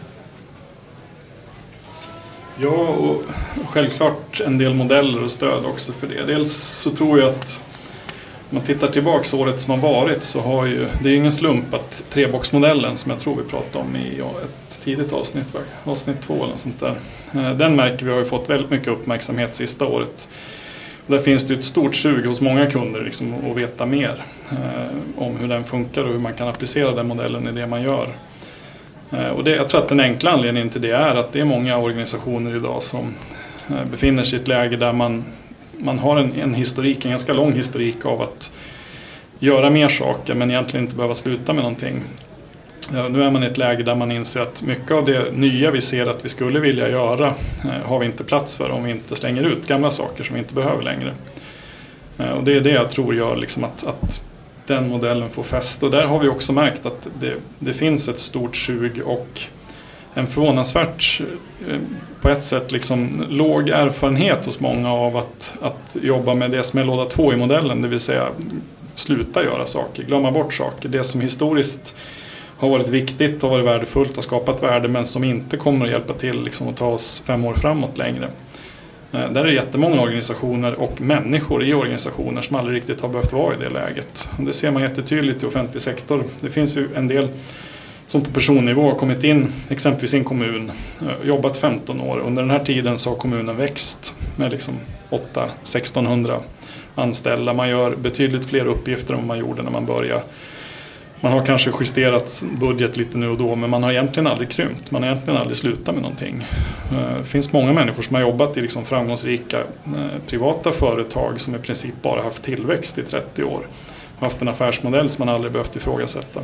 Speaker 5: Ja, och självklart en del modeller och stöd också för det. Dels så tror jag att om man tittar tillbaka året som har varit, så har ju, det är ingen slump att treboxmodellen, som jag tror vi pratade om i ett tidigt avsnitt, avsnitt två eller något sånt där. Den märker vi har ju fått väldigt mycket uppmärksamhet sista året. Och där finns det ett stort sug hos många kunder liksom, att veta mer eh, om hur den funkar och hur man kan applicera den modellen i det man gör. Eh, och det, jag tror att den enkla anledningen till det är att det är många organisationer idag som eh, befinner sig i ett läge där man Man har en, en historik, en ganska lång historik av att göra mer saker men egentligen inte behöva sluta med någonting. Ja, nu är man i ett läge där man inser att mycket av det nya vi ser att vi skulle vilja göra eh, har vi inte plats för om vi inte slänger ut gamla saker som vi inte behöver längre. Eh, och det är det jag tror gör liksom att, att den modellen får fäste. Och där har vi också märkt att det, det finns ett stort sug och en förvånansvärt på ett sätt liksom låg erfarenhet hos många av att, att jobba med det som är låda två i modellen, det vill säga sluta göra saker, glömma bort saker. Det som historiskt har varit viktigt, har varit värdefullt, har skapat värde, men som inte kommer att hjälpa till liksom att ta oss fem år framåt längre. Där är det jättemånga organisationer och människor i organisationer som aldrig riktigt har behövt vara i det läget. Och det ser man jättetydligt i offentlig sektor. Det finns ju en del som på personnivå har kommit in, exempelvis i en kommun, jobbat femton år. Under den här tiden så har kommunen växt med liksom åtta till sextonhundra anställda. Man gör betydligt fler uppgifter än vad man gjorde när man började. Man har kanske justerat budget lite nu och då, men man har egentligen aldrig krympt. Man har egentligen aldrig slutat med någonting. Det finns många människor som har jobbat i liksom framgångsrika privata företag som i princip bara haft tillväxt i trettio år. Haft en affärsmodell som man aldrig behövt ifrågasätta.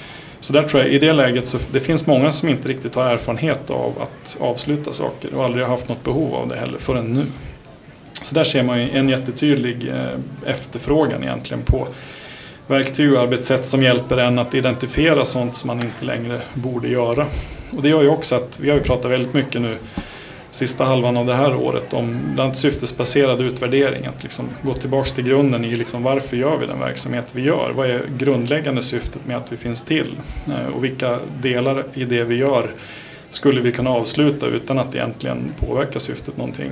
Speaker 5: Så där tror jag, i det läget så det finns många som inte riktigt har erfarenhet av att avsluta saker och aldrig har haft något behov av det heller förrän nu. Så där ser man ju en jättetydlig efterfrågan egentligen på verktyg och arbetssätt som hjälper en att identifiera sånt som man inte längre borde göra. Och det gör ju också att vi har ju pratat väldigt mycket nu sista halvan av det här året om bland annat syftesbaserad utvärdering. Att liksom gå tillbaka till grunden i liksom varför gör vi den verksamhet vi gör? Vad är grundläggande syftet med att vi finns till? Och vilka delar i det vi gör skulle vi kunna avsluta utan att egentligen påverka syftet någonting?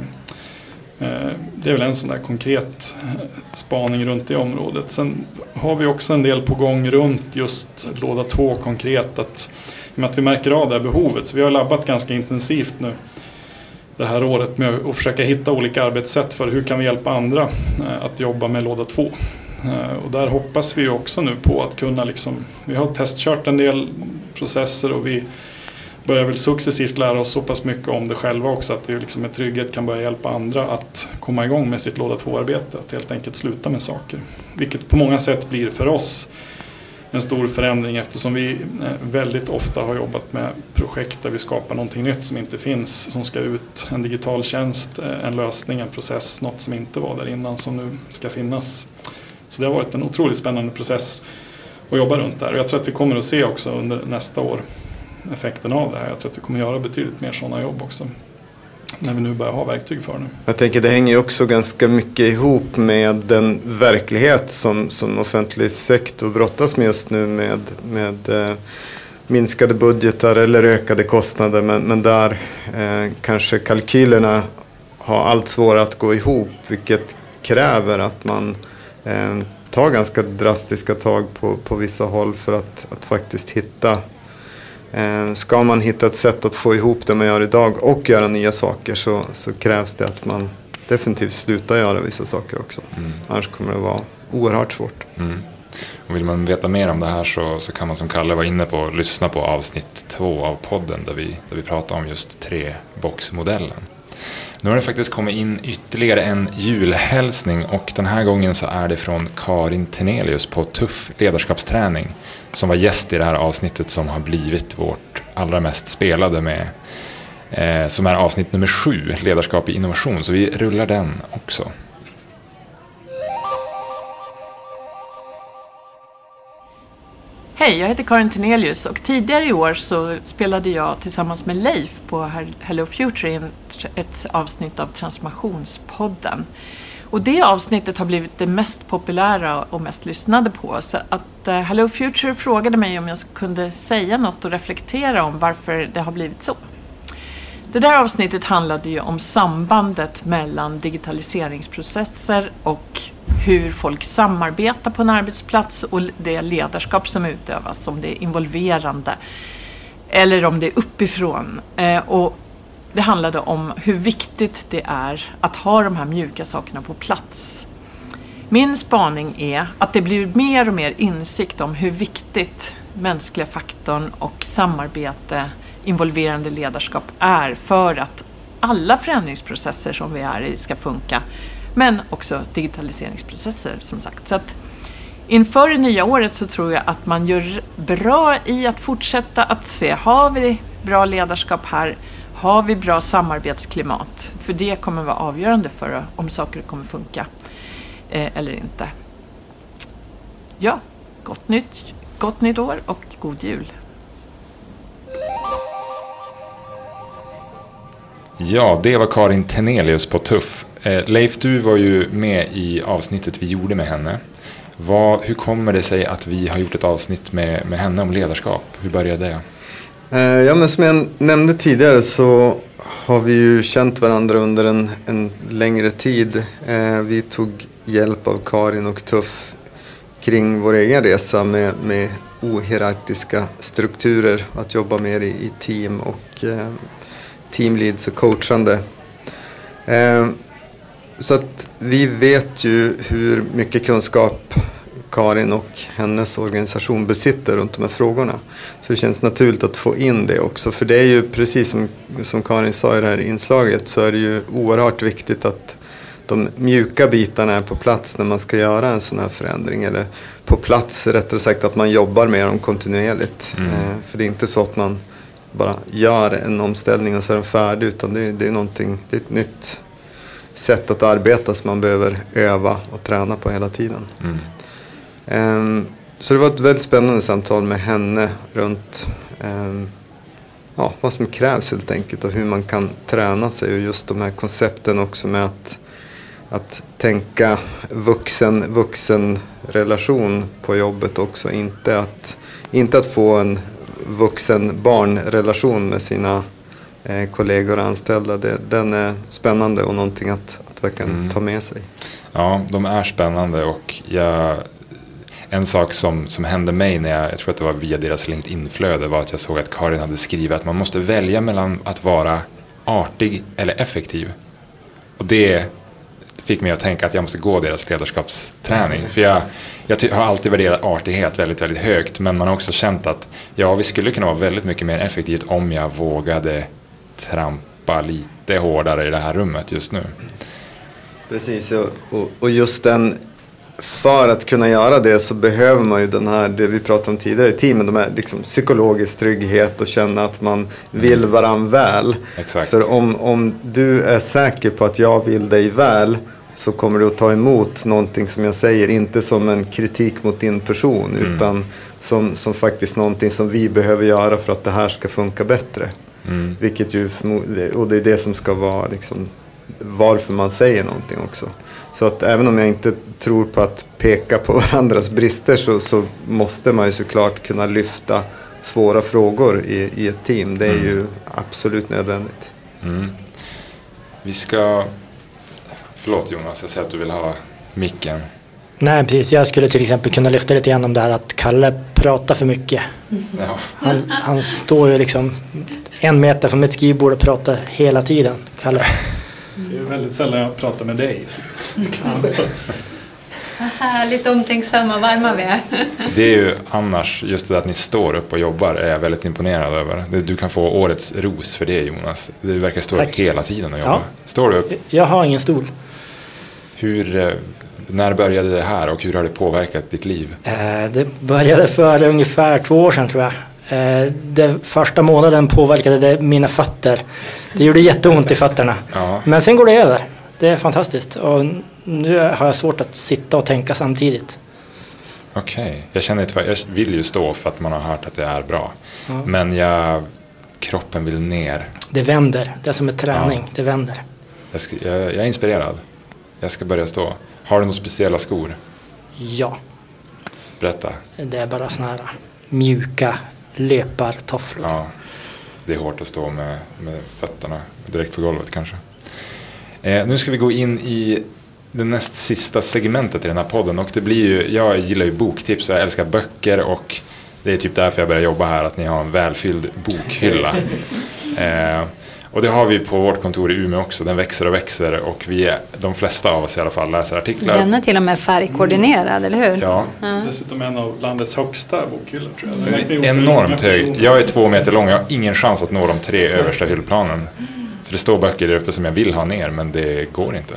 Speaker 5: Det är väl en sån där konkret spaning runt det området. Sen har vi också en del på gång runt just låda två konkret. Att, med att vi märker av det här behovet. Så vi har labbat ganska intensivt nu det här året med att försöka hitta olika arbetssätt för hur kan vi hjälpa andra att jobba med låda två. Och där hoppas vi också nu på att kunna liksom, vi har testkört en del processer och vi börjar väl successivt lära oss så pass mycket om det själva också att vi liksom med trygghet kan börja hjälpa andra att komma igång med sitt låda två-arbete, att helt enkelt sluta med saker. Vilket på många sätt blir för oss en stor förändring eftersom vi väldigt ofta har jobbat med projekt där vi skapar någonting nytt som inte finns, som ska ut, en digital tjänst, en lösning, en process, något som inte var där innan som nu ska finnas. Så det har varit en otroligt spännande process att jobba runt där. Och jag tror att vi kommer att se också under nästa år effekten av det här. Jag tror att vi kommer att göra betydligt mer sådana jobb också när vi nu börjar ha verktyg för det.
Speaker 2: Jag tänker det hänger ju också ganska mycket ihop med den verklighet som, som offentlig sektor brottas med just nu med, med eh, minskade budgetar eller ökade kostnader men, men där eh, kanske kalkylerna har allt svårare att gå ihop vilket kräver att man eh, tar ganska drastiska tag på, på vissa håll för att, att faktiskt hitta ska man hitta ett sätt att få ihop det man gör idag och göra nya saker så, så krävs det att man definitivt slutar göra vissa saker också. Mm. Annars kommer det vara oerhört svårt. Mm.
Speaker 1: Och vill man veta mer om det här så, så kan man som Kalle var inne på lyssna på avsnitt två av podden där vi, där vi pratar om just tre-boxmodellen. Nu har det faktiskt kommit in ytterligare en julhälsning och den här gången så är det från Karin Tenelius på Tuff ledarskapsträning som var gäst i det här avsnittet som har blivit vårt allra mest spelade med eh, som är avsnitt nummer sju, ledarskap i innovation. Så vi rullar den också.
Speaker 7: Hej, jag heter Karin Tenelius och tidigare i år så spelade jag tillsammans med Leif på Hello Future i ett avsnitt av Transformationspodden. Och det avsnittet har blivit det mest populära och mest lyssnade på. Så att Hello Future frågade mig om jag kunde säga något och reflektera om varför det har blivit så. Det där avsnittet handlade ju om sambandet mellan digitaliseringsprocesser och hur folk samarbetar på en arbetsplats och det ledarskap som utövas, om det är involverande eller om det är uppifrån. Och det handlade om hur viktigt det är att ha de här mjuka sakerna på plats. Min spaning är att det blir mer och mer insikt om hur viktigt mänskliga faktorn och samarbete, involverande ledarskap är för att alla förändringsprocesser som vi är i ska funka. Men också digitaliseringsprocesser som sagt. Så att inför det nya året så tror jag att man gör bra i att fortsätta att se, har vi bra ledarskap här? Har vi bra samarbetsklimat? För det kommer vara avgörande för om saker kommer funka eh, eller inte. Ja, gott nytt, gott nytt år och god jul.
Speaker 1: Ja, det var Karin Tenelius på Tuff. Eh, Leif, du var ju med i avsnittet vi gjorde med henne. Vad, hur kommer det sig att vi har gjort ett avsnitt med, med henne om ledarskap? Hur började det?
Speaker 2: Eh, ja, men som jag nämnde tidigare så har vi ju känt varandra under en, en längre tid. Eh, vi tog hjälp av Karin och Tuff kring vår egen resa med, med ohierarkiska strukturer. Att jobba mer i, i team och eh, teamleads och coachande. Eh, så att vi vet ju hur mycket kunskap Karin och hennes organisation besitter runt de här frågorna. Så det känns naturligt att få in det också. För det är ju precis som, som Karin sa i det här inslaget, så är det ju oerhört viktigt att de mjuka bitarna är på plats när man ska göra en sån här förändring. Eller på plats, rättare sagt, att man jobbar med dem kontinuerligt. Mm. Eh, för det är inte så att man bara gör en omställning och så är den färdig, utan det, det är någonting, det är ett nytt sätt att arbeta som man behöver öva och träna på hela tiden. Mm. Um, så det var ett väldigt spännande samtal med henne runt um, ja, vad som krävs helt enkelt och hur man kan träna sig, och just de här koncepten också med att, att tänka vuxen, vuxen relation på jobbet också, inte att, inte att få en vuxen barnrelation med sina eh, kollegor och anställda. Det, den är spännande och någonting att, att verkligen mm. ta med sig.
Speaker 1: Ja, de är spännande, och jag, en sak som, som hände mig när jag, jag tror att det var via deras LinkedIn-flöde, var att jag såg att Karin hade skrivit att man måste välja mellan att vara artig eller effektiv. Och det fick mig att tänka att jag måste gå deras ledarskapsträning. För jag, jag ty- har alltid värderat artighet väldigt, väldigt högt. Men man har också känt att ja, vi skulle kunna vara väldigt mycket mer effektivt om jag vågade trampa lite hårdare i det här rummet just nu.
Speaker 2: Precis, och, och just den, för att kunna göra det så behöver man ju den här, det vi pratade om tidigare i teamen, de här liksom psykologisk trygghet och känna att man vill varann väl.
Speaker 1: Exakt.
Speaker 2: För om, om du är säker på att jag vill dig väl, så kommer du att ta emot någonting som jag säger, inte som en kritik mot din person, mm. utan som, som faktiskt någonting som vi behöver göra för att det här ska funka bättre. Mm. Vilket ju, och det är det som ska vara liksom varför man säger någonting också. Så att även om jag inte tror på att peka på varandras brister, så, så måste man ju såklart kunna lyfta svåra frågor i, i ett team. Det är mm. ju absolut nödvändigt.
Speaker 1: Mm. Vi ska... Förlåt Jonas, jag säger att du vill ha micken.
Speaker 4: Nej, precis. Jag skulle till exempel kunna lyfta lite grann om det här att Kalle pratar för mycket. Ja. Han, han står ju liksom en meter från mitt skrivbord och pratar hela tiden, Kalle.
Speaker 5: Det är väldigt sällan jag pratar med dig.
Speaker 3: Ja. Vad härligt omtänksamma och varma vi är.
Speaker 1: Det är ju annars, just det att ni står upp och jobbar, är jag väldigt imponerad över. Du kan få årets ros för det, Jonas. Du verkar stå upp hela tiden och jobba. Ja. Står du upp?
Speaker 4: Jag har ingen stol.
Speaker 1: Hur, när började det här och hur har det påverkat ditt liv?
Speaker 4: Eh, det började för ungefär två år sedan tror jag. Eh, det första månaden påverkade det mina fötter. Det gjorde jätteont i fötterna. Ja. Men sen går det över. Det är fantastiskt. Och nu har jag svårt att sitta och tänka samtidigt.
Speaker 1: Okej. Okay. Jag känner att jag vill ju stå för att man har hört att det är bra. Ja. Men jag, kroppen vill ner.
Speaker 4: Det vänder. Det är som en träning. Ja. Det vänder.
Speaker 1: Jag, ska, jag, jag är inspirerad. Jag ska börja stå. Har du några speciella skor?
Speaker 4: Ja.
Speaker 1: Berätta.
Speaker 4: Det är bara såna här mjuka löpartofflor.
Speaker 1: Ja. Det är hårt att stå med, med fötterna direkt på golvet kanske. Eh, nu ska vi gå in i det näst sista segmentet i den här podden. Och det blir ju, jag gillar ju boktips och jag älskar böcker. Och det är typ därför jag börjar jobba här. Att ni har en välfylld bokhylla. Eh, och det har vi på vårt kontor i Umeå också. Den växer och växer. Och vi är, de flesta av oss i alla fall, läser artiklar.
Speaker 3: Den är till och med färgkoordinerad, eller hur?
Speaker 1: Ja.
Speaker 3: ja.
Speaker 5: Dessutom en av landets högsta bokhyllor, tror jag.
Speaker 1: Mm. Enormt hög. Jag är två meter lång. Jag har ingen chans att nå de tre översta hyllplanen. Så det står böcker där uppe som jag vill ha ner, men det går inte.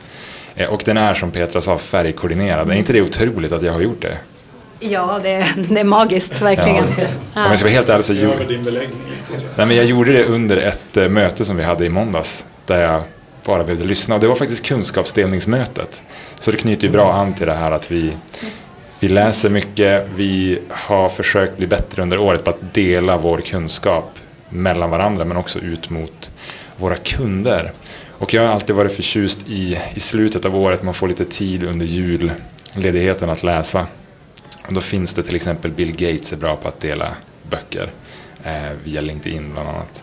Speaker 1: Och den är, som Petra sa, färgkoordinerad. Är inte det otroligt att jag har gjort det?
Speaker 3: Ja, det, det är magiskt, verkligen. Ja.
Speaker 1: Ja. Om jag ska vara helt ärlig så gjorde din beläggning. Nej, men jag gjorde det under ett uh, möte som vi hade i måndags, där jag bara behövde lyssna. Och det var faktiskt kunskapsdelningsmötet. Så det knyter ju bra an till det här att vi, vi läser mycket. Vi har försökt bli bättre under året på att dela vår kunskap mellan varandra, men också ut mot våra kunder. Och jag har alltid varit förtjust i, i slutet av året, man får lite tid under julledigheten att läsa. Och då finns det till exempel Bill Gates är bra på att dela böcker eh, via LinkedIn bland annat.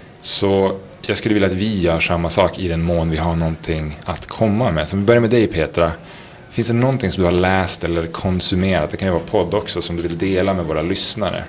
Speaker 1: Så jag skulle vilja att vi gör samma sak i den mån vi har någonting att komma med. Så vi börjar med dig, Petra. Finns det någonting som du har läst eller konsumerat? Det kan ju vara podd också som du vill dela med våra lyssnare.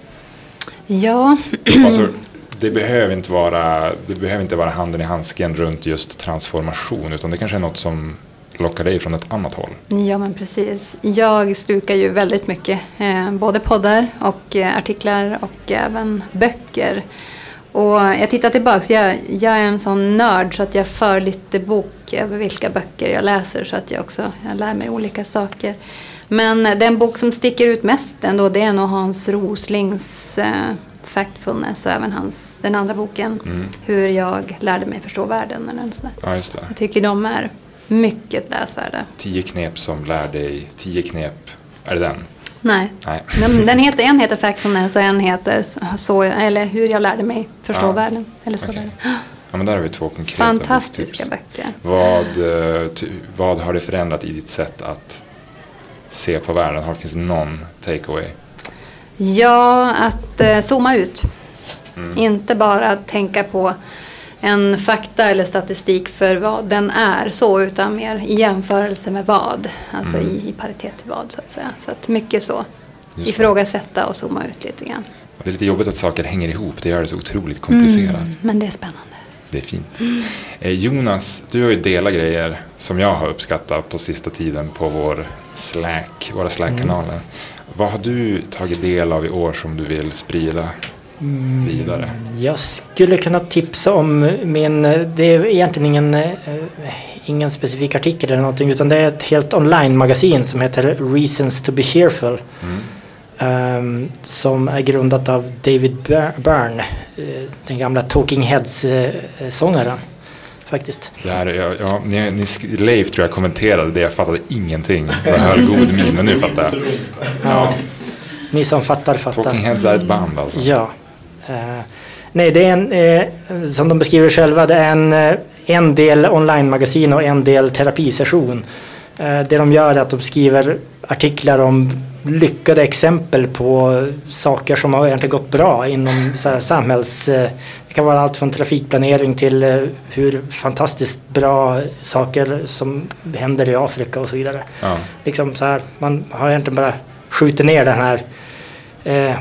Speaker 3: Ja.
Speaker 1: Alltså, det behöver inte vara, det behöver inte vara handen i handsken runt just transformation, utan det kanske är något som lockar dig från ett annat håll?
Speaker 3: Ja, men precis. Jag slukar ju väldigt mycket. Eh, både poddar och eh, artiklar och även böcker. Och jag tittar tillbaks. Jag, jag är en sån nörd så att jag för lite bok över vilka böcker jag läser. Så att jag också jag lär mig olika saker. Men den bok som sticker ut mest ändå, det är nog Hans Roslings eh, Factfulness och även hans, den andra boken, mm. Hur jag lärde mig förstå världen. Eller något sånt där.
Speaker 1: Ja, just det.
Speaker 3: Jag tycker de är mycket läsvärda.
Speaker 1: Tio knep som lär dig, tio knep, är det den?
Speaker 3: Nej,
Speaker 1: Nej.
Speaker 3: Den, den heter, en heter Factfulness och en heter så, eller Hur jag lärde mig förstå
Speaker 1: ja.
Speaker 3: världen. Eller så
Speaker 1: Okay.
Speaker 3: där.
Speaker 1: Ja, men där har vi två konkreta
Speaker 3: fantastiska
Speaker 1: boktips.
Speaker 3: böcker.
Speaker 1: Vad, vad har det förändrat i ditt sätt att se på världen? Har, finns det någon takeaway?
Speaker 3: Ja, att eh, zooma ut.
Speaker 1: Mm.
Speaker 3: Inte bara tänka på en fakta eller statistik för vad den är så, utan mer i jämförelse med vad. Alltså mm. i, i paritet till vad, så att säga. Så att mycket så. Ifrågasätta och zooma ut lite grann.
Speaker 1: Det är lite jobbigt att saker hänger ihop. Det gör det så otroligt komplicerat.
Speaker 3: Mm, men det är spännande.
Speaker 1: Det är fint. Mm. Eh, Jonas, du har ju delat grejer som jag har uppskattat på sista tiden på vår Slack, våra Slack-kanaler. Mm. Vad har du tagit del av i år som du vill sprida mm. vidare?
Speaker 4: Jag skulle kunna tipsa om min, det är egentligen ingen, äh, ingen specifik artikel eller någonting, utan det är ett helt online-magasin som heter Reasons to be Cheerful. Mm. Um, som är grundat av David Byrne, uh, den gamla Talking Heads-sångaren uh, faktiskt.
Speaker 1: Det här, ja, ja, ni, ni, Leif tror jag kommenterade det, jag fattade ingenting. Jag höll god min, men nu fattar jag.
Speaker 4: Ja. Ni som fattar, fattar.
Speaker 1: Talking Heads är ett band alltså.
Speaker 4: Ja. Uh, nej, det är en, uh, som de beskriver själva, det är en, uh, en del online-magasin och en del terapisession. Uh, det de gör är att de skriver artiklar om lyckade exempel på saker som har egentligen gått bra inom så här, samhälls... Det kan vara allt från trafikplanering till hur fantastiskt bra saker som händer i Afrika och så vidare. Ja. Liksom så här, man har egentligen bara skjutit ner den här eh,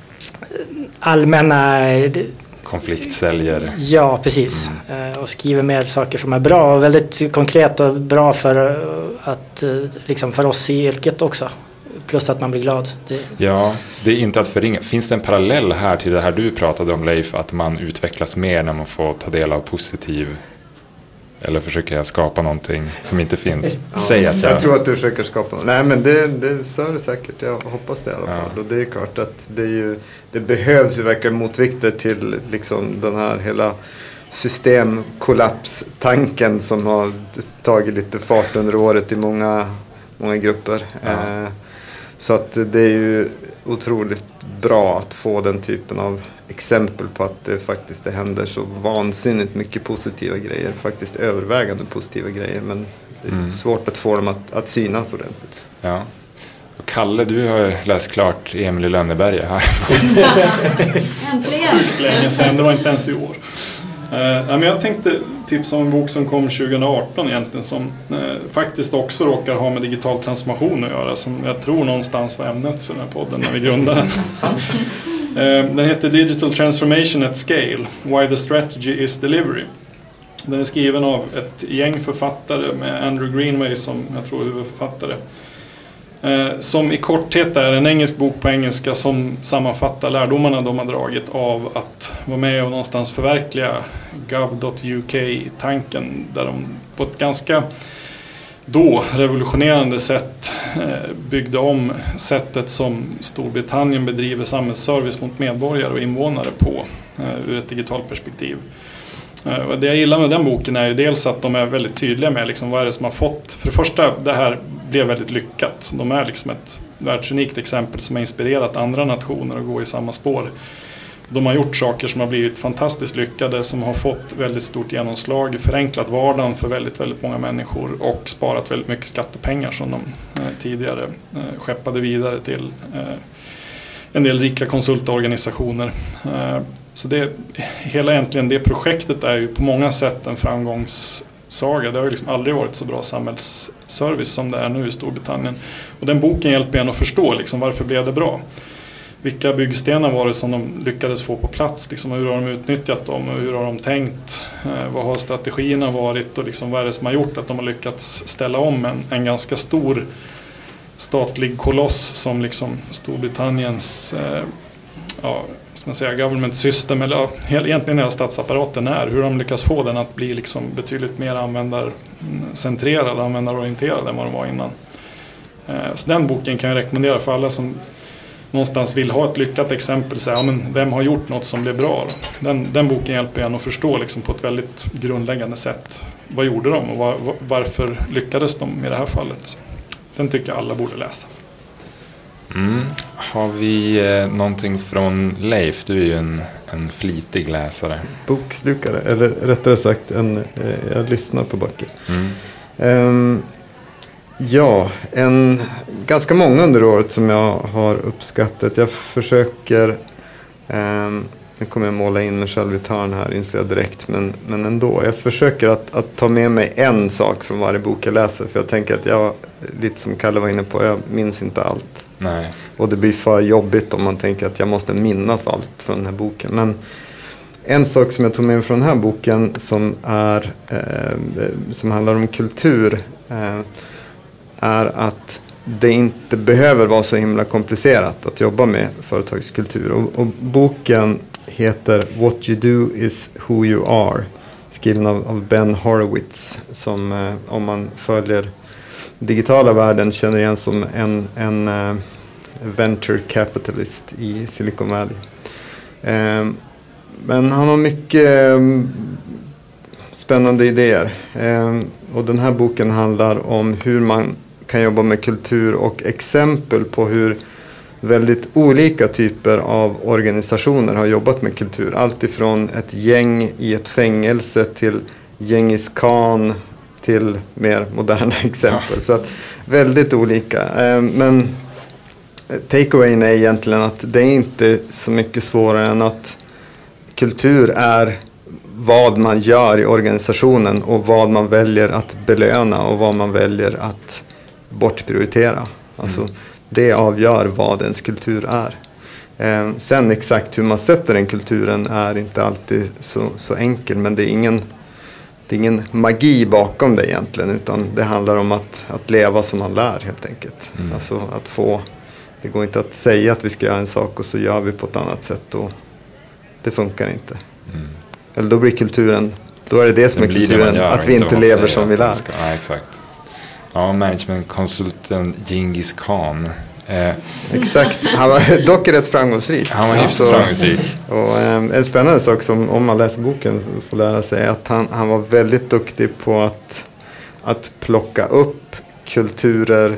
Speaker 4: allmänna...
Speaker 1: konfliktsäljer.
Speaker 4: Ja, precis. Mm. Och skriver mer saker som är bra och väldigt konkret och bra för, att, liksom för oss i yrket också. Plus att man blir glad. Det...
Speaker 1: Ja, det är inte att förringa. Finns det en parallell här till det här du pratade om, Leif, att man utvecklas mer när man får ta del av positiv, eller försöker jag skapa någonting som inte finns?
Speaker 2: Ja,
Speaker 1: Säg att jag...
Speaker 2: jag tror att du försöker skapa något. Nej, men det, det så är det säkert. Jag hoppas det i alla fall. Ja. Och det är klart att det, är ju, det behövs ju verkligen motvikter till liksom den här hela systemkollapstanken som har tagit lite fart under året i många, många grupper. Ja. Eh, Så att det är ju otroligt bra att få den typen av exempel på att det faktiskt det händer så vansinnigt mycket positiva grejer. Faktiskt övervägande positiva grejer. Men det är mm. svårt att få dem att, att synas ordentligt.
Speaker 1: Ja. Och Kalle, du har läst klart Emil i Lönneberga här.
Speaker 3: Äntligen!
Speaker 5: Länge sedan, det var inte ens i år. Uh, men jag tänkte tipsa om en bok som kom tjugo arton egentligen, som uh, faktiskt också råkar ha med digital transformation att göra, som jag tror någonstans var ämnet för den här podden när vi grundade den. uh, den heter Digital Transformation at Scale, Why the Strategy is Delivery. Den är skriven av ett gäng författare med Andrew Greenway som jag tror är huvudförfattare. Eh, som i korthet är en engelsk bok på engelska som sammanfattar lärdomarna de har dragit av att vara med och någonstans förverkliga gov dot U K-tanken, där de på ett ganska då revolutionerande sätt eh, byggde om sättet som Storbritannien bedriver samhällsservice mot medborgare och invånare på eh, ur ett digitalt perspektiv. Eh, det jag gillar med den boken är ju dels att de är väldigt tydliga med liksom vad är det som har fått. För det första, det här blev väldigt lyckat. De är liksom ett världsunikt exempel som har inspirerat andra nationer att gå i samma spår. De har gjort saker som har blivit fantastiskt lyckade, som har fått väldigt stort genomslag, förenklat vardagen för väldigt, väldigt många människor och sparat väldigt mycket skattepengar som de eh, tidigare eh, skeppade vidare till eh, en del rika konsultorganisationer. Eh, så det, hela egentligen det projektet är ju på många sätt en framgångssaga. Det har ju liksom aldrig varit så bra samhällsservice som det är nu i Storbritannien. Och den boken hjälper en att förstå liksom varför blev det bra. vilka byggstenar var det som de lyckades få på plats? Liksom, hur har de utnyttjat dem och hur har de tänkt? Eh, vad har strategierna varit och liksom, vad är det som har gjort att de har lyckats ställa om en, en ganska stor statlig koloss som liksom Storbritanniens eh, ja, ska man säga, government system eller ja, egentligen hela statsapparaten är. Hur de lyckas få den att bli liksom betydligt mer användarcentrerad, användarorienterad än vad de var innan. Eh, så den boken kan jag rekommendera för alla som någonstans vill ha ett lyckat exempel. Så här, ja, men vem har gjort något som blev bra? Den, den boken hjälper en att förstå liksom, på ett väldigt grundläggande sätt. Vad gjorde de och var, varför lyckades de i det här fallet? Den tycker jag alla borde läsa.
Speaker 1: Mm. Har vi eh, någonting från Leif? Du är ju en, en flitig läsare.
Speaker 2: Bokslukare, eller rättare sagt en, eh, jag lyssnar på böcker.
Speaker 1: Mm.
Speaker 2: Um, ja, en, ganska många under året som jag har uppskattat. Jag försöker, um, nu kommer jag måla in mig själv i törn här, inser jag direkt, men, men ändå. Jag försöker att, att ta med mig en sak från varje bok jag läser, för jag tänker att jag, lite som Kalle var inne på, jag minns inte allt.
Speaker 1: Nej.
Speaker 2: Och det blir för jobbigt om man tänker att jag måste minnas allt från den här boken. Men en sak som jag tog med från den här boken som, är, eh, som handlar om kultur eh, är att det inte behöver vara så himla komplicerat att jobba med företagskultur. Och, och boken heter What You Do Is Who You Are, skriven av, av Ben Horowitz, som eh, om man följer digitala världen känner igen som en, en uh, venture capitalist i Silicon Valley. Um, men han har mycket um, spännande idéer. Um, och den här boken handlar om hur man kan jobba med kultur och exempel på hur väldigt olika typer av organisationer har jobbat med kultur. Allt ifrån ett gäng i ett fängelse till Genghis Khan till mer moderna exempel. Ja. Så att väldigt olika. Men takeawayen är egentligen att det är inte så mycket svårare än att kultur är vad man gör i organisationen och vad man väljer att belöna och vad man väljer att bortprioritera. Alltså mm. det avgör vad ens kultur är. Sen exakt hur man sätter den kulturen är inte alltid så, så enkel, men det är ingen Det är ingen magi bakom det egentligen, utan det handlar om att, att leva som man lär helt enkelt. Mm. Alltså att få, det går inte att säga att vi ska göra en sak och så gör vi på ett annat sätt och det funkar inte. Mm. Eller då blir kulturen, då är det det som det är kulturen, gör, att vi inte lever som vi lär.
Speaker 1: Ska, ja, exakt. Ja, managementkonsulten Genghis Khan. Eh,
Speaker 2: Exakt, han var dock rätt framgångsrik.
Speaker 1: Han var hyfsat framgångsrik.
Speaker 2: Och eh, en spännande sak som om man läser boken får lära sig är att han, han var väldigt duktig på att, att plocka upp kulturer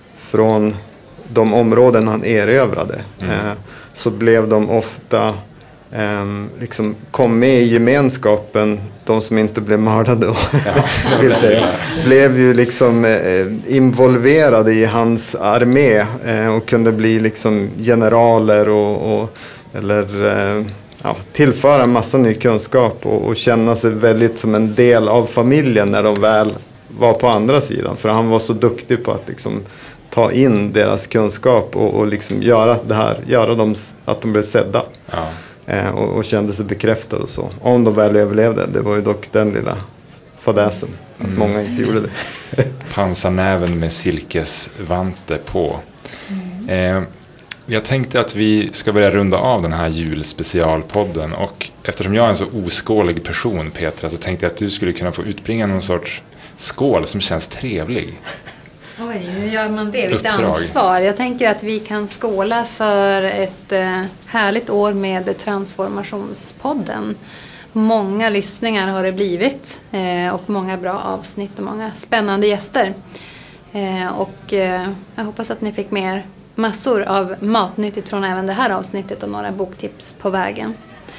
Speaker 2: från de områden han erövrade. Mm. Eh, så blev de ofta eh, liksom kom med i gemenskapen, de som inte blev mördade och ja, vill säga, blev ju liksom eh, involverade i hans armé eh, och kunde bli liksom generaler och, och eller eh, ja, tillföra en massa ny kunskap och, och känna sig väldigt som en del av familjen när de väl var på andra sidan, för han var så duktig på att liksom ta in deras kunskap och, och liksom göra det här, göra dem att de blev sedda. Ja. Eh, och, och kände sig bekräftade och så. Om de väl överlevde, det var ju dock den lilla fadäsen. Att mm. många inte gjorde det.
Speaker 1: Pansarnäven med silkesvante på. Mm. Eh, jag tänkte att vi ska börja runda av den här julspecialpodden. Och eftersom jag är en så oskålig person, Petra, så tänkte jag att du skulle kunna få utbringa någon sorts skål som känns trevlig.
Speaker 3: Oj, hur gör man det? Vilket ansvar. Jag tänker att vi kan skåla för ett eh, härligt år med Transformationspodden. Många lyssningar har det blivit eh, och många bra avsnitt och många spännande gäster. Eh, och eh, jag hoppas att ni fick med massor av matnyttigt från även det här avsnittet och några boktips på vägen.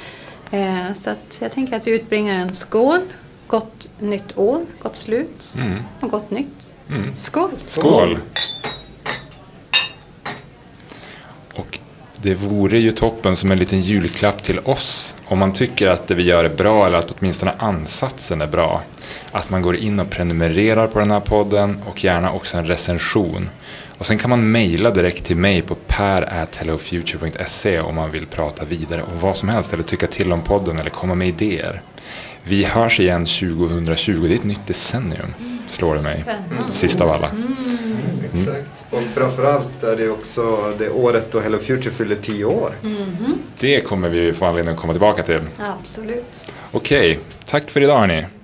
Speaker 3: Eh, så att jag tänker att vi utbringar en skål. Gott nytt år, gott slut mm. och gott nytt. Mm. Skål!
Speaker 1: Skål! Och det vore ju toppen som en liten julklapp till oss. Om man tycker att det vi gör är bra eller att åtminstone ansatsen är bra. Att man går in och prenumererar på den här podden och gärna också en recension. Och sen kan man mejla direkt till mig på per at hellofuture punkt se om man vill prata vidare om vad som helst eller tycka till om podden eller komma med idéer. Vi hörs igen tjugohundratjugo, det är ett nytt decennium, slår det mig.
Speaker 3: Spännande.
Speaker 1: Sist av alla.
Speaker 3: Mm.
Speaker 2: Exakt. Och framförallt är det också det året då Hello Future fyller tio år.
Speaker 3: Mhm.
Speaker 1: Det kommer vi få anledning att komma tillbaka till.
Speaker 3: Absolut.
Speaker 1: Okej, tack för idag hörni.